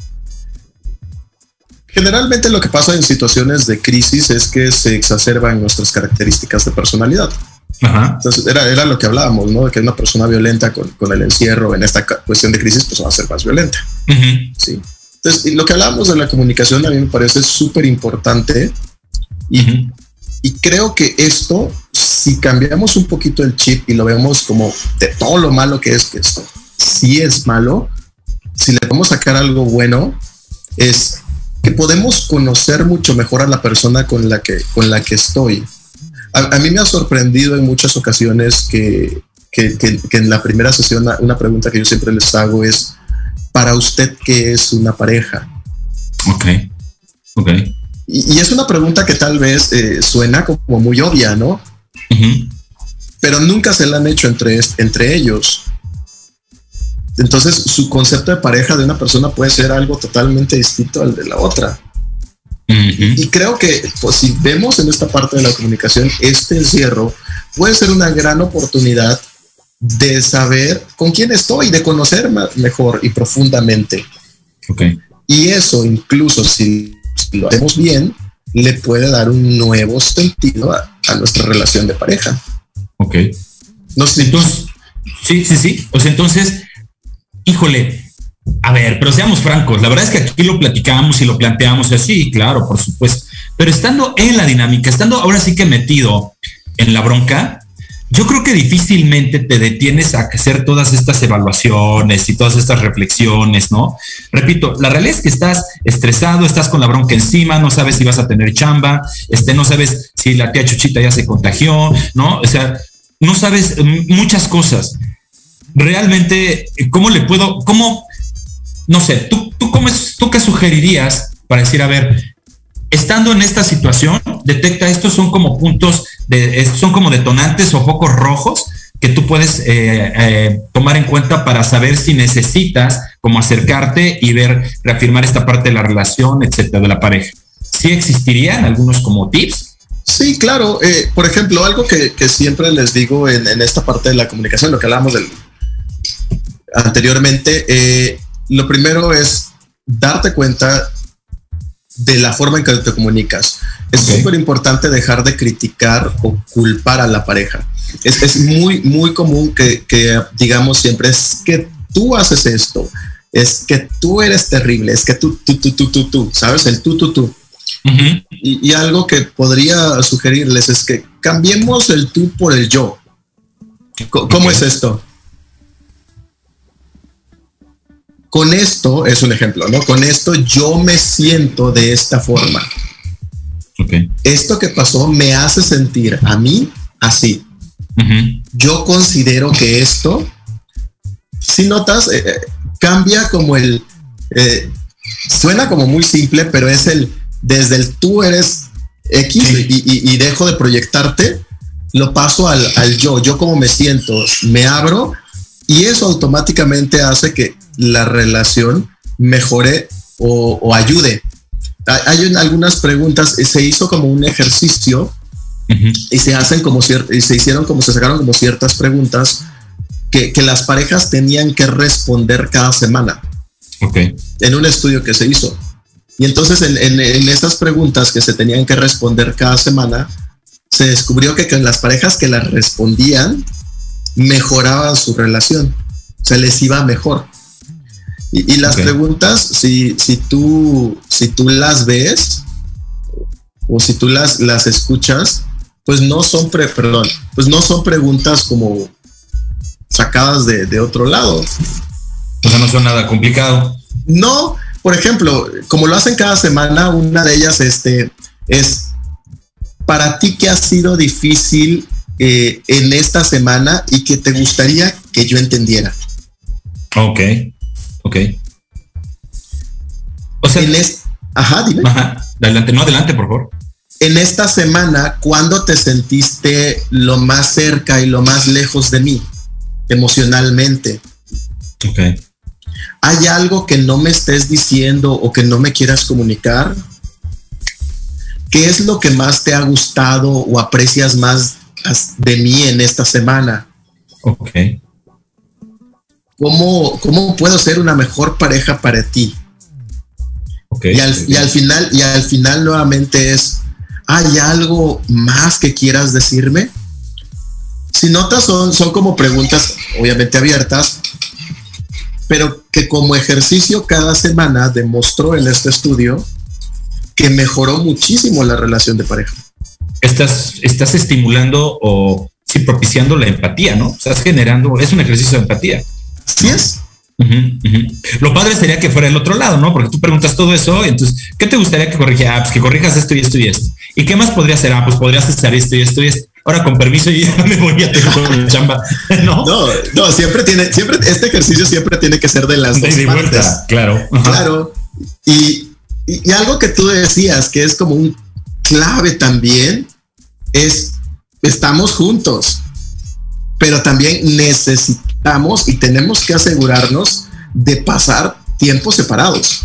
Generalmente lo que pasa en situaciones de crisis es que se exacerban nuestras características de personalidad. Ajá. Entonces era, era lo que hablábamos, ¿no? De que una persona violenta con, con el encierro en esta cuestión de crisis pues va a ser más violenta. Uh-huh. Sí. Entonces, lo que hablábamos de la comunicación a mí me parece súper importante y, uh-huh. y creo que esto, si cambiamos un poquito el chip y lo vemos como de todo lo malo que es, que esto sí es malo, si le podemos sacar algo bueno, es que que podemos conocer mucho mejor a la persona con la que, con la que estoy. A, a mí me ha sorprendido en muchas ocasiones que, que, que, que en la primera sesión una pregunta que yo siempre les hago es, ¿para usted qué es una pareja? Ok, ok. Y, y es una pregunta que tal vez eh, suena como muy obvia, ¿no? Uh-huh. Pero nunca se la han hecho entre, entre ellos. Entonces su concepto de pareja de una persona puede ser algo totalmente distinto al de la otra. Uh-huh. Y creo que pues, si vemos en esta parte de la comunicación, este encierro puede ser una gran oportunidad de saber con quién estoy, de conocer mejor y profundamente. Okay. Y eso, incluso si, si lo hacemos bien, le puede dar un nuevo sentido a, a nuestra relación de pareja. Ok. No sé. Entonces, sí, sí, sí. O sea, entonces, híjole, a ver, pero seamos francos, la verdad es que aquí lo platicamos y lo planteamos así, claro, por supuesto. Pero estando en la dinámica, estando ahora sí que metido en la bronca, yo creo que difícilmente te detienes a hacer todas estas evaluaciones y todas estas reflexiones, ¿no? Repito, la realidad es que estás estresado, estás con la bronca encima, no sabes si vas a tener chamba, este, no sabes si la tía Chuchita ya se contagió, ¿no? O sea, no sabes muchas cosas. Realmente, ¿cómo le puedo, cómo, no sé, tú, tú, cómo es, tú qué sugerirías para decir, a ver, estando en esta situación, detecta estos son como puntos, de, son como detonantes o focos rojos que tú puedes eh, eh, tomar en cuenta para saber si necesitas como acercarte y ver, reafirmar esta parte de la relación, etcétera, de la pareja. ¿Sí existirían algunos como tips? Sí, claro. Eh, por ejemplo, algo que, que siempre les digo en, en esta parte de la comunicación, lo que hablábamos del, anteriormente, eh, lo primero es darte cuenta de la forma en que te comunicas. Es súper okay. importante dejar de criticar o culpar a la pareja. Es, es muy, muy común que, que digamos siempre es que tú haces esto, es que tú eres terrible, es que tú, tú, tú, tú, tú, tú, ¿sabes? El tú, tú, tú. Uh-huh. Y, y algo que podría sugerirles es que cambiemos el tú por el yo. ¿Cómo okay. es esto? Con esto, es un ejemplo, ¿no? Con esto yo me siento de esta forma. Okay. Esto que pasó me hace sentir a mí así. Uh-huh. Yo considero que esto, si notas, eh, cambia como el, eh, suena como muy simple, pero es el, desde el tú eres X sí. y, y, y dejo de proyectarte, lo paso al, al yo, yo como me siento, me abro y eso automáticamente hace que la relación mejore o, o ayude. Hay un, algunas preguntas, se hizo como un ejercicio uh-huh. y se hacen como cier- y se hicieron como se sacaron como ciertas preguntas que, que las parejas tenían que responder cada semana. Okay. En un estudio que se hizo. Y entonces en, en, en esas preguntas que se tenían que responder cada semana, se descubrió que con las parejas que las respondían, mejoraban su relación. O sea, les iba mejor. Y, y las okay. preguntas, si, si, tú, si tú las ves o si tú las, las escuchas, pues no son pre, perdón, pues no son preguntas como sacadas de, de otro lado. O sea, no son nada complicado. No, por ejemplo, como lo hacen cada semana, una de ellas este, es, ¿para ti qué ha sido difícil eh, en esta semana y que te gustaría que yo entendiera? Ok. Ok. O sea, en es, ajá, dime. Ajá, adelante, no, adelante, por favor. En esta semana, ¿cuándo te sentiste lo más cerca y lo más lejos de mí, emocionalmente? Ok. ¿Hay algo que no me estés diciendo o que no me quieras comunicar? ¿Qué es lo que más te ha gustado o aprecias más de mí en esta semana? Ok. ¿Cómo, cómo puedo ser una mejor pareja para ti? Okay, y, al, okay. y al final, y al final nuevamente es, ¿hay algo más que quieras decirme? Si notas, son, son como preguntas obviamente abiertas, pero que como ejercicio cada semana demostró en este estudio que mejoró muchísimo la relación de pareja. Estás, estás estimulando o sí, propiciando la empatía, ¿no? Estás generando, es un ejercicio de empatía. Así es. Uh-huh, uh-huh. Lo padre sería que fuera el otro lado, ¿no? Porque tú preguntas todo eso, entonces, ¿qué te gustaría que corrija? Ah, pues que corrijas esto y esto y esto. ¿Y qué más podría hacer? Ah, pues podrías hacer esto y esto y esto. Ahora con permiso y ya me voy a tener con la chamba. ¿No? No, no, siempre tiene, siempre, este ejercicio siempre tiene que ser de las dos de partes. Vuelta, claro. Uh-huh. Claro. Y, y, y algo que tú decías que es como un clave también es estamos juntos, pero también necesitamos y tenemos que asegurarnos de pasar tiempos separados.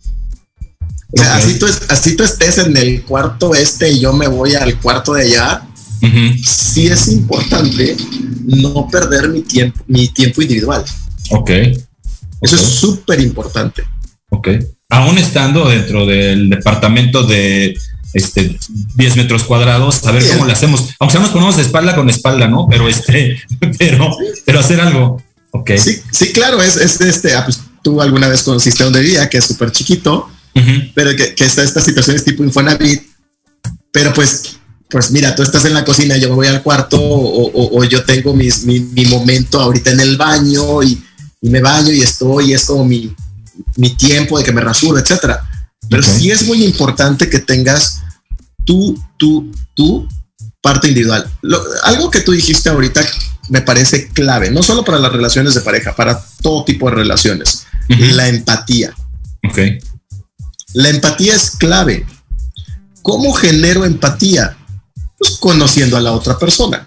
O sea, okay. así, tú, así tú estés en el cuarto este y yo me voy al cuarto de allá. Uh-huh. Sí es importante no perder mi tiempo, mi tiempo individual. Ok. Eso okay. es súper importante. Ok. Aún estando dentro del departamento de este diez metros cuadrados, a ver Bien. cómo le hacemos. Aunque sea nos ponemos de espalda con espalda, ¿no? Pero este, pero, pero hacer algo. Ok. Sí, sí, claro, es, es este. Ah, pues, tú alguna vez conociste donde vivía, que es súper chiquito, uh-huh. pero que, que está esta situación es tipo Infonavit, pero pues. Pues mira, tú estás en la cocina, yo me voy al cuarto o, o, o yo tengo mis, mi, mi momento ahorita en el baño y, y me baño y estoy, y es como mi, mi tiempo de que me rasuro, etcétera. Pero okay. sí es muy importante que tengas tú, tú, tú parte individual. Lo, algo que tú dijiste ahorita me parece clave, no solo para las relaciones de pareja, para todo tipo de relaciones. Uh-huh. La empatía. Okay. La empatía es clave. ¿Cómo genero empatía? Pues conociendo a la otra persona.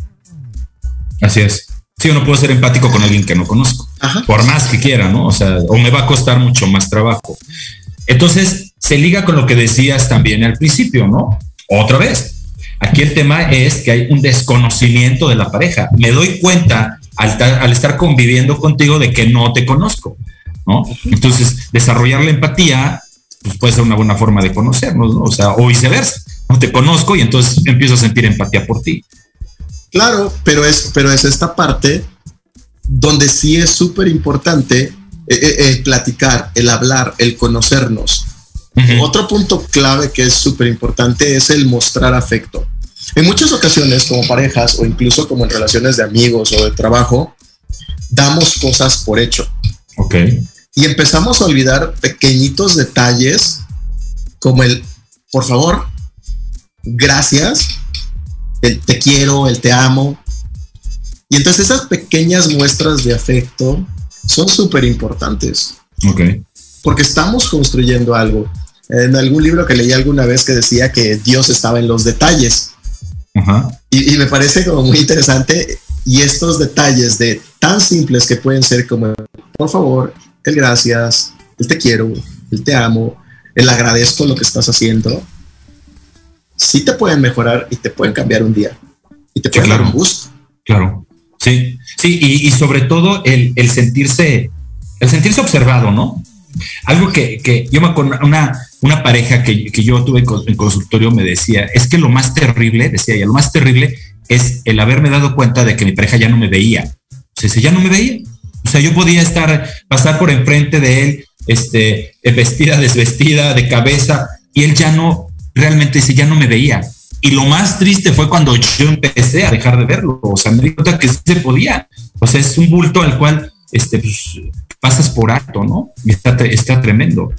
Así es. Sí, yo no puedo ser empático con alguien que no conozco. Ajá. Por más que quiera, ¿no? O sea, o me va a costar mucho más trabajo. Entonces, se liga con lo que decías también al principio, ¿no? Otra vez. Aquí el tema es que hay un desconocimiento de la pareja. Me doy cuenta al, al estar conviviendo contigo de que no te conozco, ¿no? Entonces, desarrollar la empatía pues puede ser una buena forma de conocernos, ¿no? O sea, o viceversa. No te conozco y entonces empiezo a sentir empatía por ti. Claro, pero es, pero es esta parte donde sí es súper importante el, el platicar, el hablar, el conocernos. Uh-huh. Otro punto clave que es súper importante es el mostrar afecto. En muchas ocasiones, como parejas o incluso como en relaciones de amigos o de trabajo, damos cosas por hecho. Ok. Y empezamos a olvidar pequeñitos detalles como el, por favor, gracias, el te quiero, el te amo. Y entonces esas pequeñas muestras de afecto son súper importantes. Ok. Porque estamos construyendo algo. En algún libro que leí alguna vez que decía que Dios estaba en los detalles. Uh-huh. Y, y me parece como muy interesante. Y estos detalles de tan simples que pueden ser como, por favor, el gracias, el te quiero, el te amo, el agradezco lo que estás haciendo, sí te pueden mejorar y te pueden cambiar un día y te pueden sí, claro. dar un gusto. Claro, sí, sí, y, y sobre todo el, el sentirse, el sentirse observado, ¿no? Algo que, que yo me acuerdo, una, una pareja que, que yo tuve en consultorio me decía, es que lo más terrible, decía ella, lo más terrible es el haberme dado cuenta de que mi pareja ya no me veía. O sea, ya no me veía. O sea, yo podía estar, pasar por enfrente de él, este, vestida, desvestida, de cabeza, y él ya no, realmente dice, ya no me veía. Y lo más triste fue cuando yo empecé a dejar de verlo. O sea, me di cuenta que sí se podía. O sea, es un bulto al cual, este, pues, pasas por alto, ¿no? Y está, está tremendo.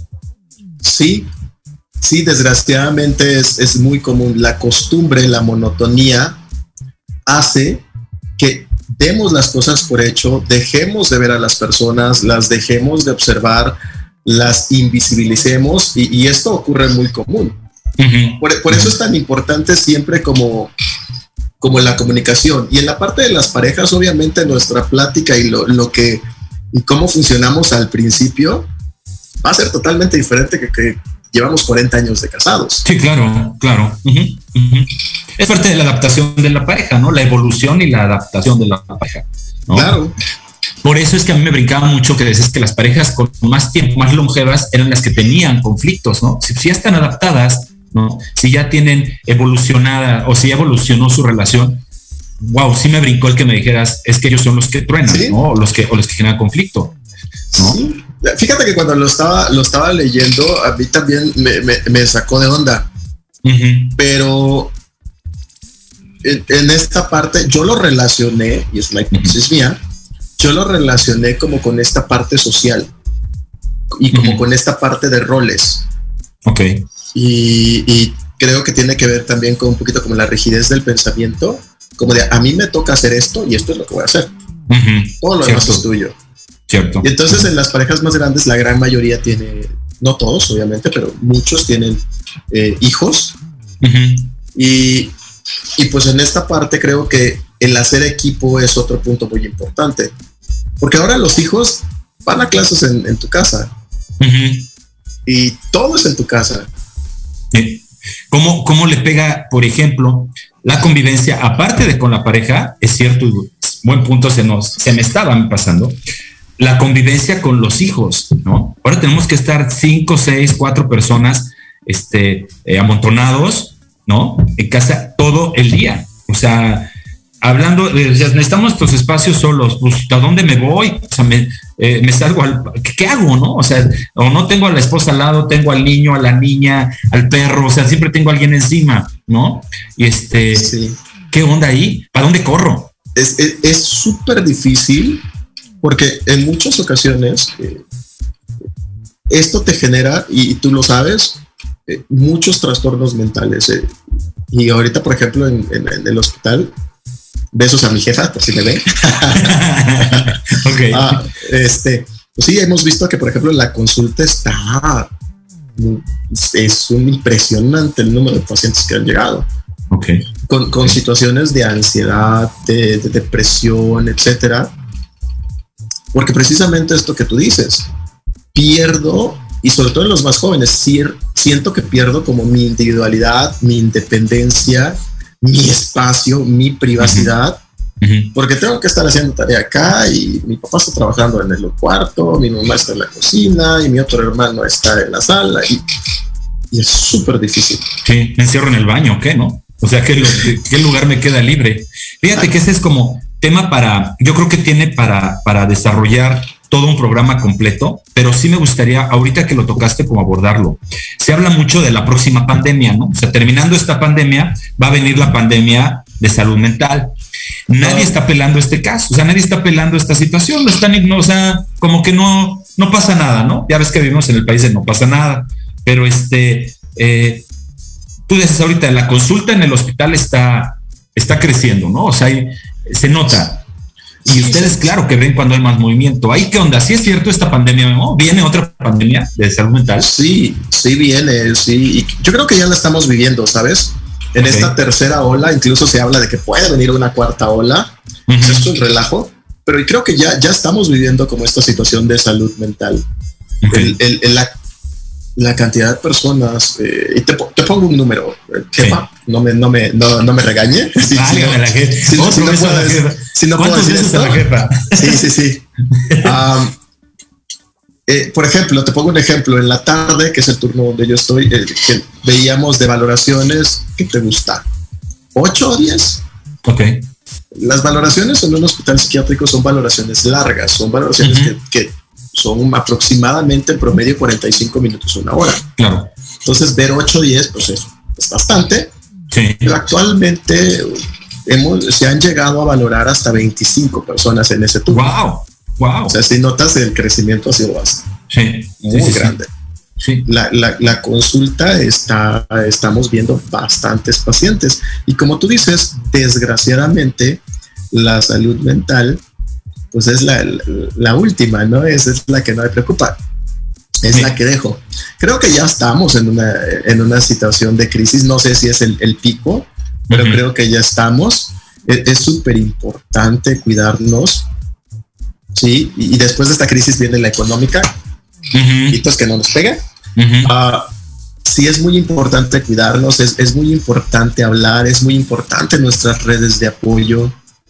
Sí, sí, desgraciadamente es, es muy común. La costumbre, la monotonía hace que demos las cosas por hecho, dejemos de ver a las personas, las dejemos de observar, las invisibilicemos y, y esto ocurre muy común. Uh-huh. Por, por eso es tan importante siempre como, como la comunicación. Y en la parte de las parejas, obviamente nuestra plática y lo, lo que y cómo funcionamos al principio va a ser totalmente diferente que, que llevamos cuarenta años de casados. Sí, claro, claro. Uh-huh, uh-huh. Es parte de la adaptación de la pareja, ¿no? La evolución y la adaptación de la pareja, ¿no? Claro. Por eso es que a mí me brincaba mucho que decías que las parejas con más tiempo, más longevas, eran las que tenían conflictos, ¿no? Si, si ya están adaptadas, ¿no? Si ya tienen evolucionada o si ya evolucionó su relación, wow, sí me brincó el que me dijeras, es que ellos son los que truenan, ¿sí? ¿No? O los que, o los que generan conflicto, ¿no? Sí. Fíjate que cuando lo estaba, lo estaba leyendo, a mí también me, me, me sacó de onda. Uh-huh. Pero en, en esta parte yo lo relacioné, y es la hipótesis uh-huh. mía, yo lo relacioné como con esta parte social y como uh-huh. con esta parte de roles. Ok. Y, y creo que tiene que ver también con un poquito como la rigidez del pensamiento, como de a mí me toca hacer esto y esto es lo que voy a hacer. Uh-huh. Todo lo demás es tuyo. Cierto. Y entonces uh-huh. en las parejas más grandes la gran mayoría tiene, no todos obviamente, pero muchos tienen eh, hijos. Uh-huh. Y, y pues en esta parte creo que el hacer equipo es otro punto muy importante. Porque ahora los hijos van a clases en, en tu casa. Uh-huh. Y todo es en tu casa. Sí. ¿Cómo, ¿Cómo le pega, por ejemplo, la convivencia, aparte de con la pareja? Es cierto, buen punto se, nos, se me estaba pasando. La convivencia con los hijos, ¿no? Ahora tenemos que estar cinco, seis, cuatro personas este, eh, amontonados, ¿no? En casa todo el día. O sea, hablando, de, necesitamos nuestros espacios solos, pues ¿a dónde me voy? O sea, me, eh, me salgo al, ¿qué, ¿qué hago, no? O sea, o no tengo a la esposa al lado, tengo al niño, a la niña, al perro, o sea, siempre tengo a alguien encima, ¿no? Y este, sí. ¿Qué onda ahí? ¿Para dónde corro? Es súper difícil porque en muchas ocasiones eh, esto te genera, y, y tú lo sabes, eh, muchos trastornos mentales. Eh, y ahorita, por ejemplo, en, en, en el hospital, besos a mi jefa, por si me ven. Okay. Ah, este, pues sí, hemos visto que, por ejemplo, la consulta está, es un impresionante el número de pacientes que han llegado. Okay. Con, con okay. situaciones de ansiedad, de, de depresión, etcétera. Porque precisamente esto que tú dices, pierdo, y sobre todo en los más jóvenes, siento que pierdo como mi individualidad, mi independencia, mi espacio, mi privacidad, uh-huh. porque tengo que estar haciendo tarea acá y mi papá está trabajando en el cuarto, mi mamá está en la cocina y mi otro hermano está en la sala y, y es súper difícil. Sí, me encierro en el baño, ¿qué no? O sea, ¿qué, qué lugar me queda libre? Fíjate ah. que ese es como tema para, yo creo que tiene para, para desarrollar todo un programa completo, pero sí me gustaría, ahorita que lo tocaste, como abordarlo. Se habla mucho de la próxima pandemia, ¿no? O sea, terminando esta pandemia, va a venir la pandemia de salud mental. Nadie está pelando este caso, o sea, nadie está pelando esta situación, lo están, o sea, como que no, no pasa nada, ¿no? Ya ves que vivimos en el país de no pasa nada, pero este, eh, tú dices ahorita, la consulta en el hospital está, está creciendo, ¿no? O sea, hay, se nota. Y ustedes, claro, que ven cuando hay más movimiento. ¿Ahí qué onda? ¿Sí es cierto esta pandemia, no? ¿Viene otra pandemia de salud mental? Sí, sí viene, sí. Y yo creo que ya la estamos viviendo, ¿sabes? En okay. esta tercera ola, incluso se habla de que puede venir una cuarta ola. Uh-huh. Esto es relajo, pero creo que ya, ya estamos viviendo como esta situación de salud mental. Okay. El, el, el, la, la cantidad de personas, eh, y te, te pongo un número, jefa, sí. no, me, no, me, no, no me regañe. Si, Válgame si no, la jefa. Si, no, si no puedo decir, si no puedo decir esto. La jefa? Sí, sí, sí. um, eh, por ejemplo, te pongo un ejemplo. En la tarde, que es el turno donde yo estoy, eh, que veíamos de valoraciones, ¿qué te gusta? ¿Ocho o diez? Ok. Las valoraciones en un hospital psiquiátrico son valoraciones largas, son valoraciones uh-huh. que, que son aproximadamente en promedio cuarenta y cinco minutos, una hora. Claro. Entonces, ver ocho o diez, pues es, es bastante. Sí. Pero actualmente hemos, se han llegado a valorar hasta veinticinco personas en ese turno. ¡Wow! ¡Wow! O sea, si notas, el crecimiento ha sido bastante. Sí. Muy sí, sí, grande. Sí. La, la, la consulta está, estamos viendo bastantes pacientes. Y como tú dices, desgraciadamente, la salud mental pues es la, la, la última, ¿no? Esa es la que no me preocupa, es sí. la que dejo. Creo que ya estamos en una, en una situación de crisis, no sé si es el, el pico, pero uh-huh. creo que ya estamos. Es súper importante cuidarnos, ¿sí? Y, y después de esta crisis viene la económica, uh-huh. y pues que no nos pegue. Uh-huh. Uh, sí es muy importante cuidarnos, es, es muy importante hablar, es muy importante nuestras redes de apoyo.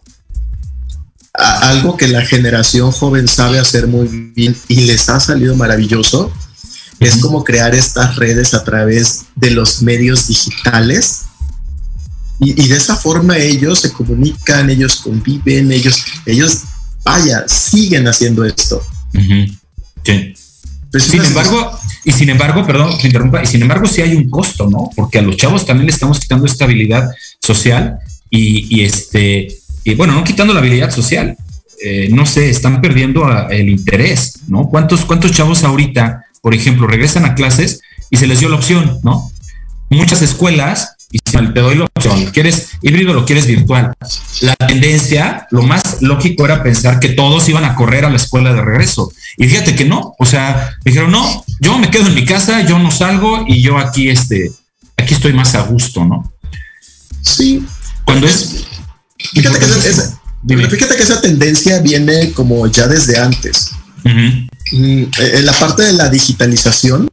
Algo que la generación joven sabe hacer muy bien y les ha salido maravilloso, uh-huh. es como crear estas redes a través de los medios digitales y, y de esa forma ellos se comunican, ellos conviven, ellos, ellos, vaya, siguen haciendo esto. Uh-huh. Sí. Pues sin embargo, y sin embargo, perdón, te interrumpa, y sin embargo sí hay un costo, ¿no? Porque a los chavos también le estamos quitando estabilidad social y, y este... Y bueno, no quitando la habilidad social, eh, no sé, están perdiendo a, el interés, ¿no? ¿Cuántos, cuántos chavos ahorita, por ejemplo, regresan a clases y se les dio la opción, ¿no? Muchas escuelas, y te doy la opción, ¿quieres híbrido o lo quieres virtual? La tendencia, lo más lógico era pensar que todos iban a correr a la escuela de regreso. Y fíjate que no, o sea, dijeron, no, yo me quedo en mi casa, yo no salgo y yo aquí, este, aquí estoy más a gusto, ¿no? Sí. Cuando es... Fíjate que, esa, esa, fíjate que esa tendencia viene como ya desde antes. Uh-huh. En la parte de la digitalización,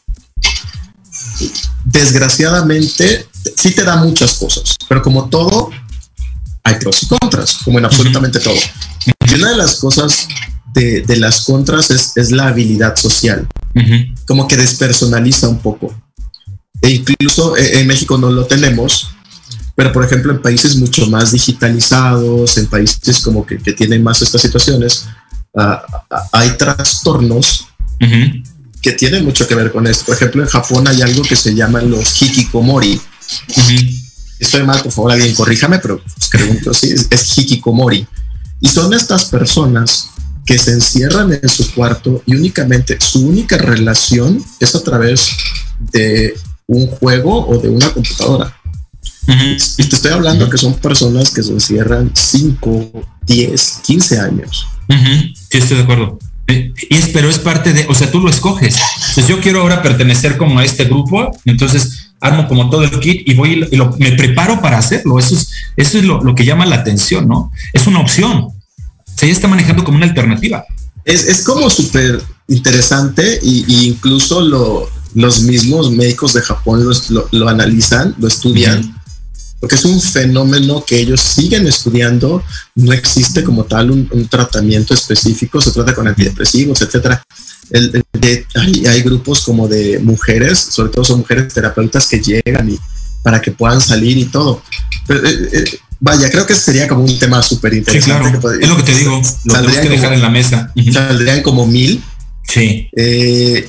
desgraciadamente sí te da muchas cosas, pero como todo hay pros y contras, como en absolutamente uh-huh. todo. Y una de las cosas de, de las contras es, es la habilidad social, uh-huh. como que despersonaliza un poco. E incluso en México no lo tenemos, pero por ejemplo en países mucho más digitalizados, en países como que, que tienen más estas situaciones, uh, hay trastornos uh-huh. que tienen mucho que ver con esto. Por ejemplo, en Japón hay algo que se llaman los hikikomori. Uh-huh. Estoy mal, por favor, alguien corríjame, pero pues, creo que sí, es, es hikikomori. Y son estas personas que se encierran en su cuarto y únicamente su única relación es a través de un juego o de una computadora. Uh-huh. Y te estoy hablando uh-huh. que son personas que se encierran cinco, diez, quince años. Uh-huh. Sí, estoy de acuerdo. Y es, pero es parte de, o sea, tú lo escoges. Entonces yo quiero ahora pertenecer como a este grupo, entonces armo como todo el kit y voy y lo, me preparo para hacerlo. Eso es, eso es lo, lo que llama la atención, ¿no? Es una opción. Se ya está manejando como una alternativa. Es, es como súper interesante y, y incluso lo, los mismos médicos de Japón lo, lo, lo analizan, lo estudian. Uh-huh. Porque es un fenómeno que ellos siguen estudiando, no existe como tal un, un tratamiento específico, se trata con antidepresivos, etcétera. El, el de, hay, hay grupos como de mujeres, sobre todo son mujeres terapeutas que llegan y para que puedan salir y todo. Pero, eh, eh, vaya, creo que sería como un tema súper interesante. Sí, claro. Podría, es lo que te digo, lo tenemos que dejar como, en la mesa. Uh-huh. Saldrían como mil. Sí. Eh,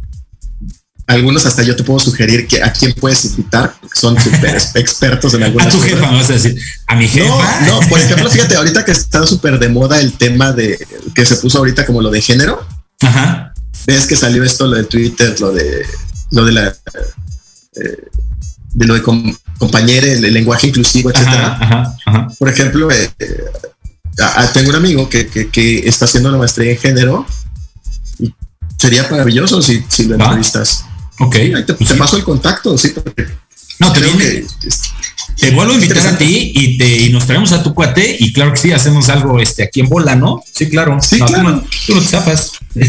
Algunos hasta yo te puedo sugerir que a quién puedes invitar, porque son súper expertos en algunas cosas. A tu jefa, ¿me vas a decir? ¿A mi jefa? No, no, por ejemplo, fíjate, ahorita que está súper de moda el tema de que se puso ahorita como lo de género. Ajá. Ves que salió esto, lo de Twitter, lo de lo de la eh, de lo de com, compañere, el, el lenguaje inclusivo, etcétera. Ajá, ajá. Por ejemplo, eh, eh, a, tengo un amigo que, que, que está haciendo una maestría en género y sería maravilloso si, si lo entrevistas. Ok. Ahí te, pues te sí. paso el contacto, sí. No, te, viene, que, te vuelvo a invitar a ti y, te, y nos traemos a tu cuate y claro que sí, hacemos algo este, aquí en bola, ¿no? Sí, claro. Sí, no, claro. Tú no, tú no te zafas.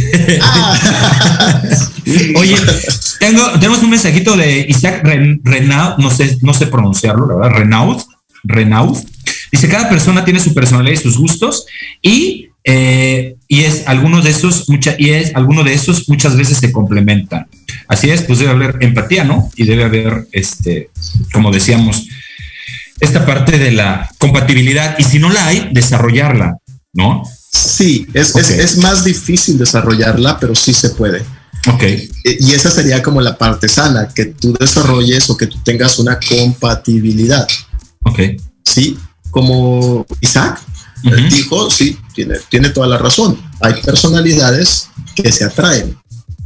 Ah. Oye, tengo, tenemos un mensajito de Isaac Renaud, no sé, no sé pronunciarlo, la verdad, Renaud, Renaud. Dice, cada persona tiene su personalidad y sus gustos y, eh, y es algunos de esos, mucha, y es alguno de esos muchas veces se complementan. Así es, pues debe haber empatía, ¿no? Y debe haber, este, como decíamos, esta parte de la compatibilidad. Y si no la hay, desarrollarla, ¿no? Sí, es, okay. es, es más difícil desarrollarla, pero sí se puede. Ok. Y esa sería como la parte sana, que tú desarrolles o que tú tengas una compatibilidad. Ok. Sí, como Isaac uh-huh. dijo, sí, tiene, tiene toda la razón. Hay personalidades que se atraen.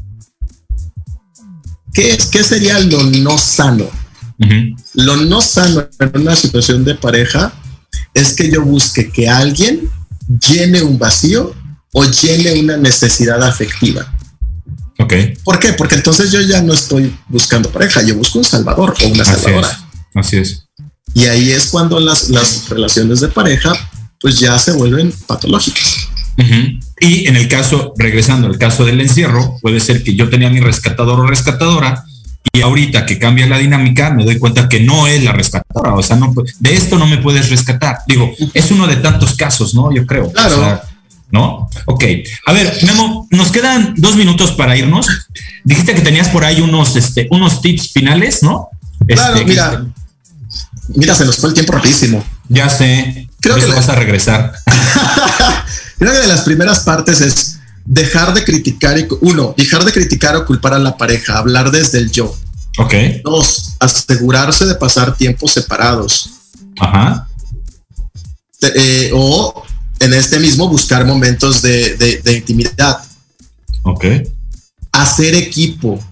¿Qué, ¿Qué sería lo no sano? Uh-huh. Lo no sano en una situación de pareja es que yo busque que alguien llene un vacío o llene una necesidad afectiva. Okay. ¿Por qué? Porque entonces yo ya no estoy buscando pareja, yo busco un salvador o una Así salvadora. Es. Así es. Y ahí es cuando las, las relaciones de pareja pues ya se vuelven patológicas. Uh-huh. Y en el caso, regresando al caso del encierro, puede ser que yo tenía mi rescatador o rescatadora y ahorita que cambia la dinámica me doy cuenta que no es la rescatadora, o sea, no, de esto no me puedes rescatar. Digo, es uno de tantos casos, ¿no? Yo creo. Claro. O sea, ¿no? Ok. A ver, Memo, nos quedan dos minutos para irnos. Dijiste que tenías por ahí unos, este, unos tips finales, ¿no? Claro, este, mira. Este, Mira, se nos fue el tiempo rapidísimo. Ya sé. Creo que la... vas a regresar. Creo que de las primeras partes es dejar de criticar y uno, dejar de criticar o culpar a la pareja, hablar desde el yo. Ok. Dos, asegurarse de pasar tiempos separados. Ajá. Eh, o en este mismo buscar momentos de, de, de intimidad. Ok. Hacer equipo.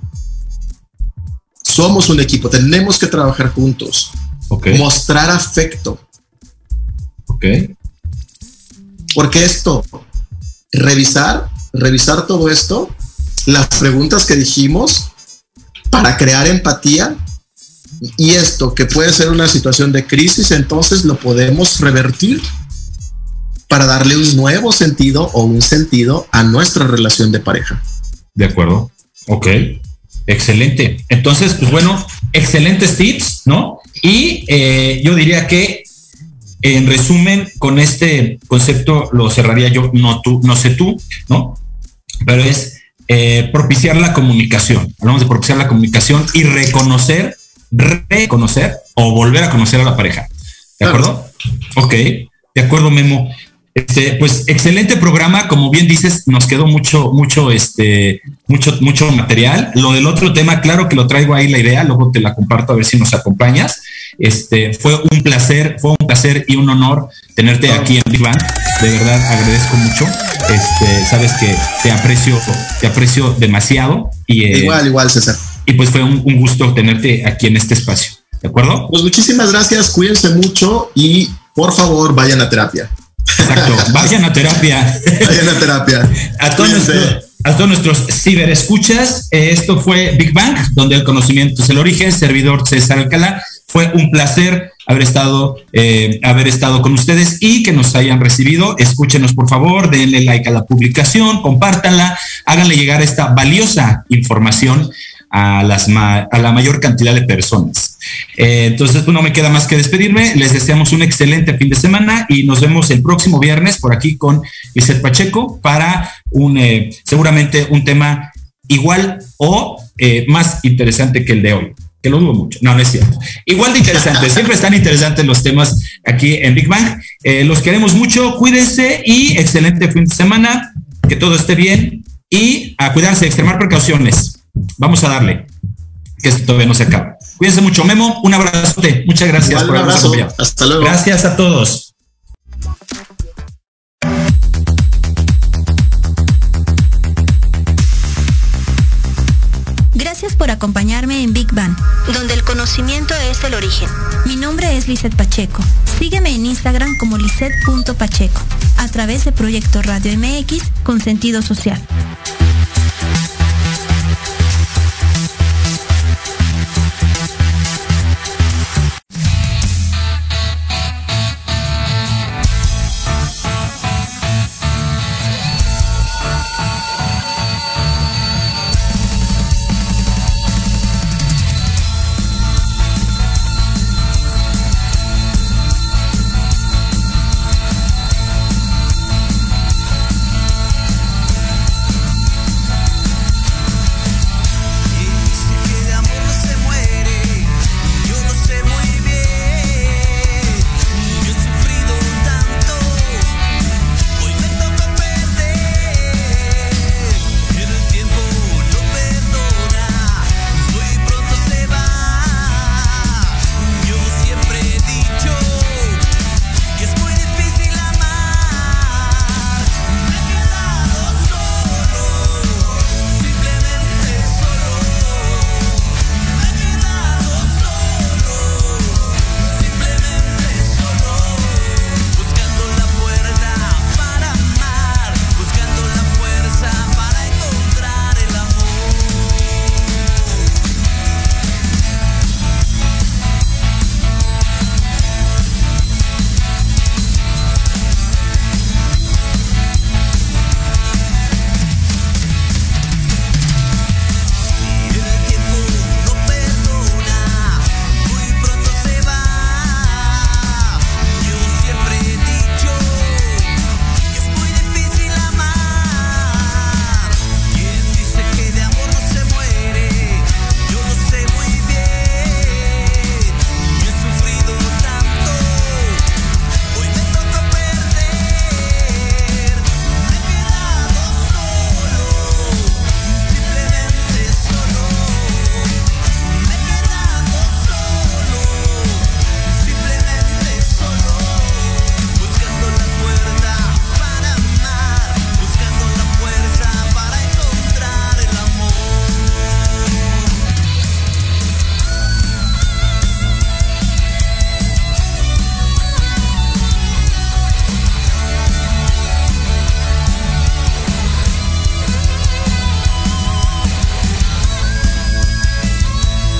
Somos un equipo, tenemos que trabajar juntos. Ok. Mostrar afecto. Ok. Porque esto, revisar, revisar todo esto, las preguntas que dijimos para crear empatía, y esto que puede ser una situación de crisis, entonces lo podemos revertir para darle un nuevo sentido o un sentido a nuestra relación de pareja. De acuerdo. Ok. Excelente. Entonces, pues bueno, excelentes tips, ¿no? Y eh, yo diría que, en resumen, con este concepto lo cerraría yo, no tú, no sé tú, ¿no? Pero es eh, propiciar la comunicación. Hablamos de propiciar la comunicación y reconocer, reconocer o volver a conocer a la pareja. ¿De acuerdo? Ok. De acuerdo, Memo. Este, pues excelente programa, como bien dices, nos quedó mucho, mucho, este, mucho, mucho material. Lo del otro tema, claro que lo traigo ahí la idea, luego te la comparto a ver si nos acompañas. Este, fue un placer, fue un placer y un honor tenerte aquí en Big Bang. De verdad agradezco mucho. Este, sabes que te aprecio, te aprecio demasiado y eh, igual, igual, César. Y pues fue un, un gusto tenerte aquí en este espacio. ¿De acuerdo? Pues muchísimas gracias, cuídense mucho y por favor vayan a terapia. Exacto, vayan a terapia. Vayan a terapia. A todos, nuestro, a todos nuestros ciberescuchas, eh, esto fue Big Bang, donde el conocimiento es el origen. Servidor César Alcalá. Fue un placer haber estado, eh, haber estado con ustedes y que nos hayan recibido. Escúchenos, por favor, denle like a la publicación, compártanla, háganle llegar esta valiosa información a, las ma a la mayor cantidad de personas. Eh, entonces, pues no me queda más que despedirme. Les deseamos un excelente fin de semana y nos vemos el próximo viernes por aquí con Lizeth Pacheco para un eh, seguramente un tema igual o eh, más interesante que el de hoy. Que lo dudo mucho. No, no es cierto. Igual de interesante. Siempre están interesantes los temas aquí en Big Bang. Eh, los queremos mucho. Cuídense y excelente fin de semana. Que todo esté bien y a cuidarse, extremar precauciones. Vamos a darle. Que esto todavía no se acaba. Cuídense mucho. Memo, un abrazote. Muchas gracias. Igual, por un abrazo. acompañado. Hasta luego. Gracias a todos. Gracias por acompañarme en Big Bang, donde el conocimiento es el origen. Mi nombre es Lizeth Pacheco. Sígueme en Instagram como lizeth punto pacheco, a través de Proyecto Radio M X con sentido social.